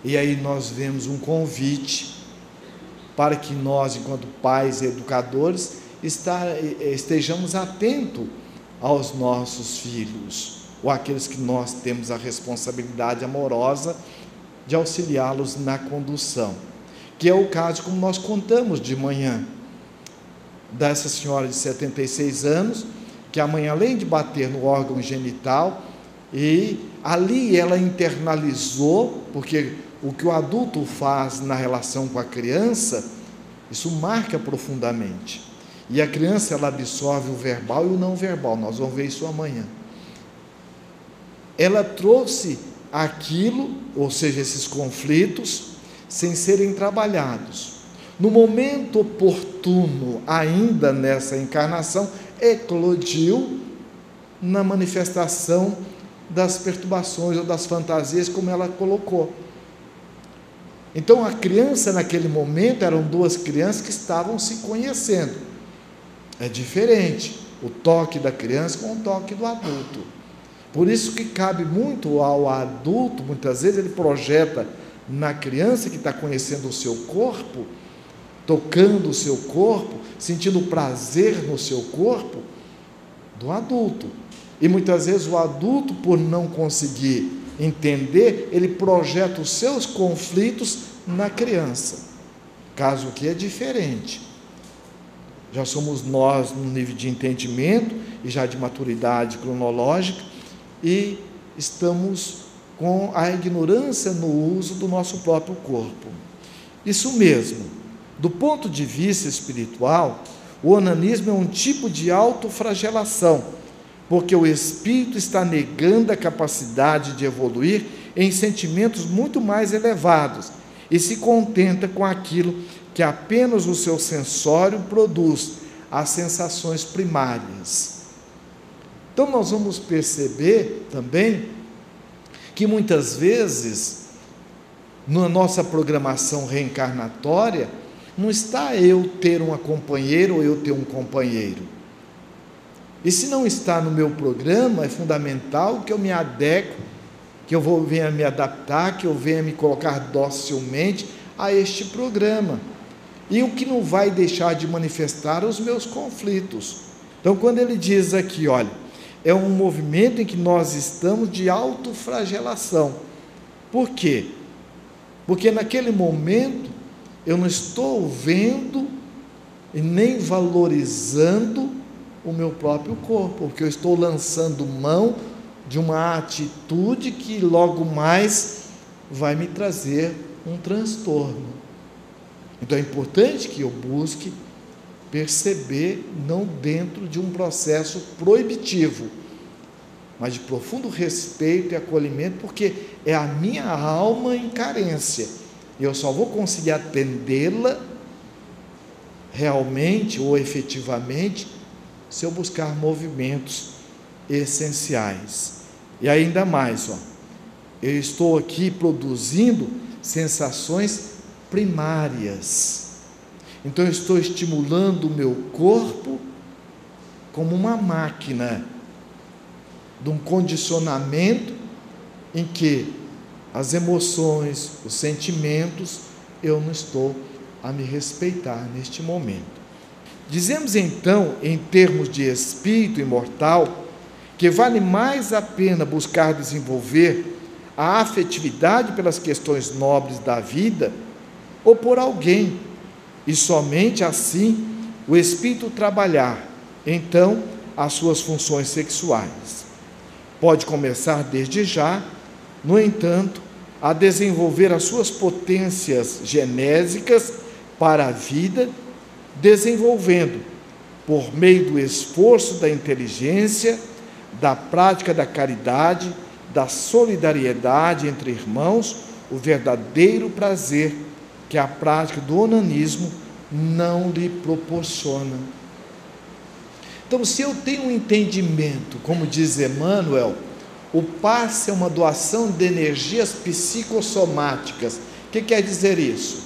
S2: E aí nós vemos um convite para que nós, enquanto pais e educadores, estejamos atentos aos nossos filhos, ou àqueles que nós temos a responsabilidade amorosa de auxiliá-los na condução, que é o caso, como nós contamos de manhã, dessa senhora de 76 anos, que a mãe, além de bater no órgão genital, e ali ela internalizou, porque o que o adulto faz na relação com a criança, isso marca profundamente, e a criança ela absorve o verbal e o não verbal, nós vamos ver isso amanhã. Ela trouxe aquilo, ou seja, esses conflitos, sem serem trabalhados. No momento oportuno, ainda nessa encarnação, eclodiu na manifestação das perturbações ou das fantasias, como ela colocou. Então a criança naquele momento, eram duas crianças que estavam se conhecendo. É diferente o toque da criança com o toque do adulto. Por isso que cabe muito ao adulto, muitas vezes ele projeta na criança que está conhecendo o seu corpo, tocando o seu corpo, sentindo prazer no seu corpo, do adulto. E muitas vezes o adulto, por não conseguir entender, ele projeta os seus conflitos na criança, caso que é diferente. Já somos nós no nível de entendimento e já de maturidade cronológica, e estamos com a ignorância no uso do nosso próprio corpo. Isso mesmo, do ponto de vista espiritual, o onanismo é um tipo de autoflagelação, porque o espírito está negando a capacidade de evoluir em sentimentos muito mais elevados e se contenta com aquilo que apenas o seu sensório produz, as sensações primárias. Então nós vamos perceber também que muitas vezes, na nossa programação reencarnatória, não está eu ter uma companheira ou eu ter um companheiro. E se não está no meu programa, é fundamental que eu me adeque, que eu venha me adaptar, que eu venha me colocar docilmente a este programa. E o que não vai deixar de manifestar os meus conflitos. Então, quando ele diz aqui, olha, é um movimento em que nós estamos de autoflagelação. Por quê? Porque naquele momento eu não estou vendo e nem valorizando o meu próprio corpo, porque eu estou lançando mão de uma atitude que logo mais vai me trazer um transtorno. Então é importante que eu busque perceber, não dentro de um processo proibitivo, mas de profundo respeito e acolhimento, porque é a minha alma em carência, e eu só vou conseguir atendê-la realmente ou efetivamente se eu buscar movimentos essenciais. E ainda mais, eu estou aqui produzindo sensações primárias. Então eu estou estimulando o meu corpo como uma máquina de um condicionamento em que as emoções, os sentimentos, eu não estou a me respeitar neste momento. Dizemos então, em termos de espírito imortal, que vale mais a pena buscar desenvolver a afetividade pelas questões nobres da vida ou por alguém, e somente assim o espírito trabalhar, então, as suas funções sexuais. Pode começar desde já, no entanto, a desenvolver as suas potências genésicas para a vida, desenvolvendo, por meio do esforço da inteligência, da prática da caridade, da solidariedade entre irmãos, o verdadeiro prazer que a prática do onanismo não lhe proporciona. Então, se eu tenho um entendimento, como diz Emmanuel, o passe é uma doação de energias psicossomáticas. O que quer dizer isso?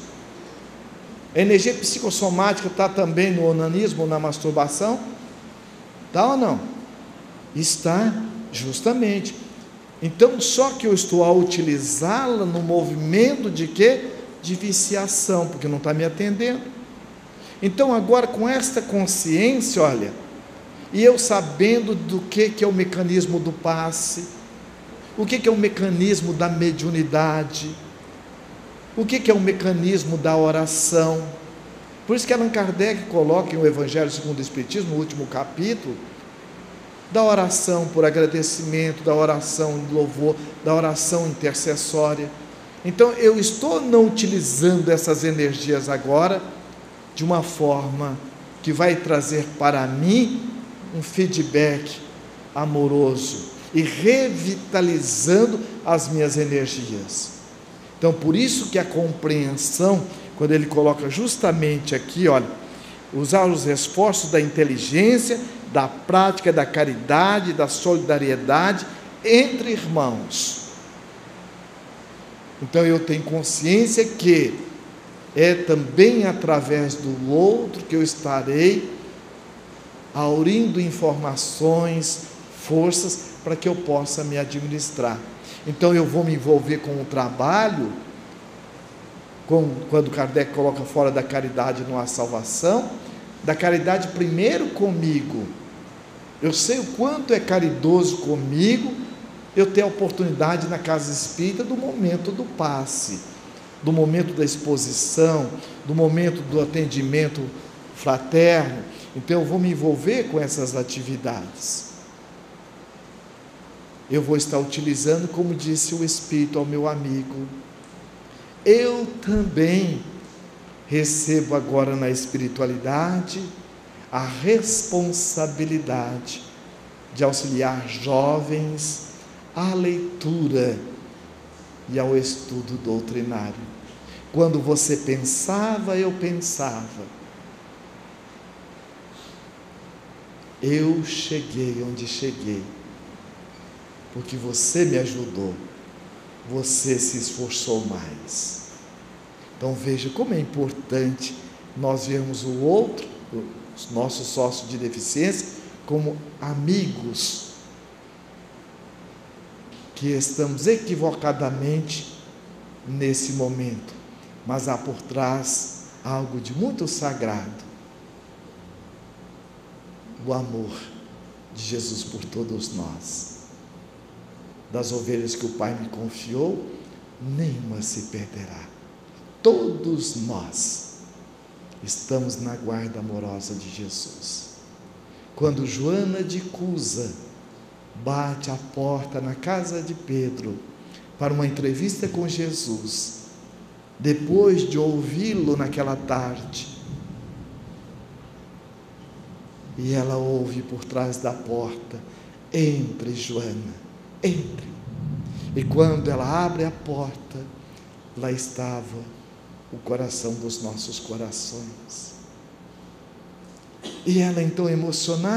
S2: A energia psicossomática está também no onanismo, na masturbação? Está ou não? Está, justamente. Então, só que eu estou a utilizá-la no movimento de quê? De viciação, porque não está me atendendo. Então, agora com esta consciência, olha, e eu sabendo do que é o mecanismo do passe, o que é o mecanismo da mediunidade, o que é o mecanismo da oração. Por isso que Allan Kardec coloca em o Evangelho segundo o Espiritismo, no último capítulo, da oração por agradecimento, da oração de louvor, da oração intercessória. Então eu estou não utilizando essas energias agora de uma forma que vai trazer para mim um feedback amoroso e revitalizando as minhas energias. Então por isso que a compreensão, quando ele coloca justamente aqui, olha, usar os esforços da inteligência, da prática da caridade, da solidariedade entre irmãos. Então eu tenho consciência que é também através do outro que eu estarei aurindo informações, forças para que eu possa me administrar. Então eu vou me envolver com o trabalho, quando Kardec coloca fora da caridade não há salvação, da caridade primeiro comigo. Eu sei o quanto é caridoso comigo eu ter a oportunidade na casa espírita do momento do passe, do momento da exposição, do momento do atendimento fraterno. Então eu vou me envolver com essas atividades. Eu vou estar utilizando, como disse o Espírito ao meu amigo, eu também recebo agora na espiritualidade a responsabilidade de auxiliar jovens à leitura e ao estudo doutrinário. Quando você pensava, eu pensava. Eu cheguei onde cheguei, porque você me ajudou, você se esforçou mais. Então veja como é importante nós vermos o outro, os nossos sócios de deficiência, como amigos, que estamos equivocadamente nesse momento, mas há por trás algo de muito sagrado, o amor de Jesus por todos nós. Das ovelhas que o Pai me confiou, nenhuma se perderá. Todos nós estamos na guarda amorosa de Jesus. Quando Joana de Cusa bate a porta na casa de Pedro para uma entrevista com Jesus, depois de ouvi-lo naquela tarde, e ela ouve por trás da porta: entre, Joana, entre. E quando ela abre a porta, lá estava o coração dos nossos corações. E ela então, emocionada,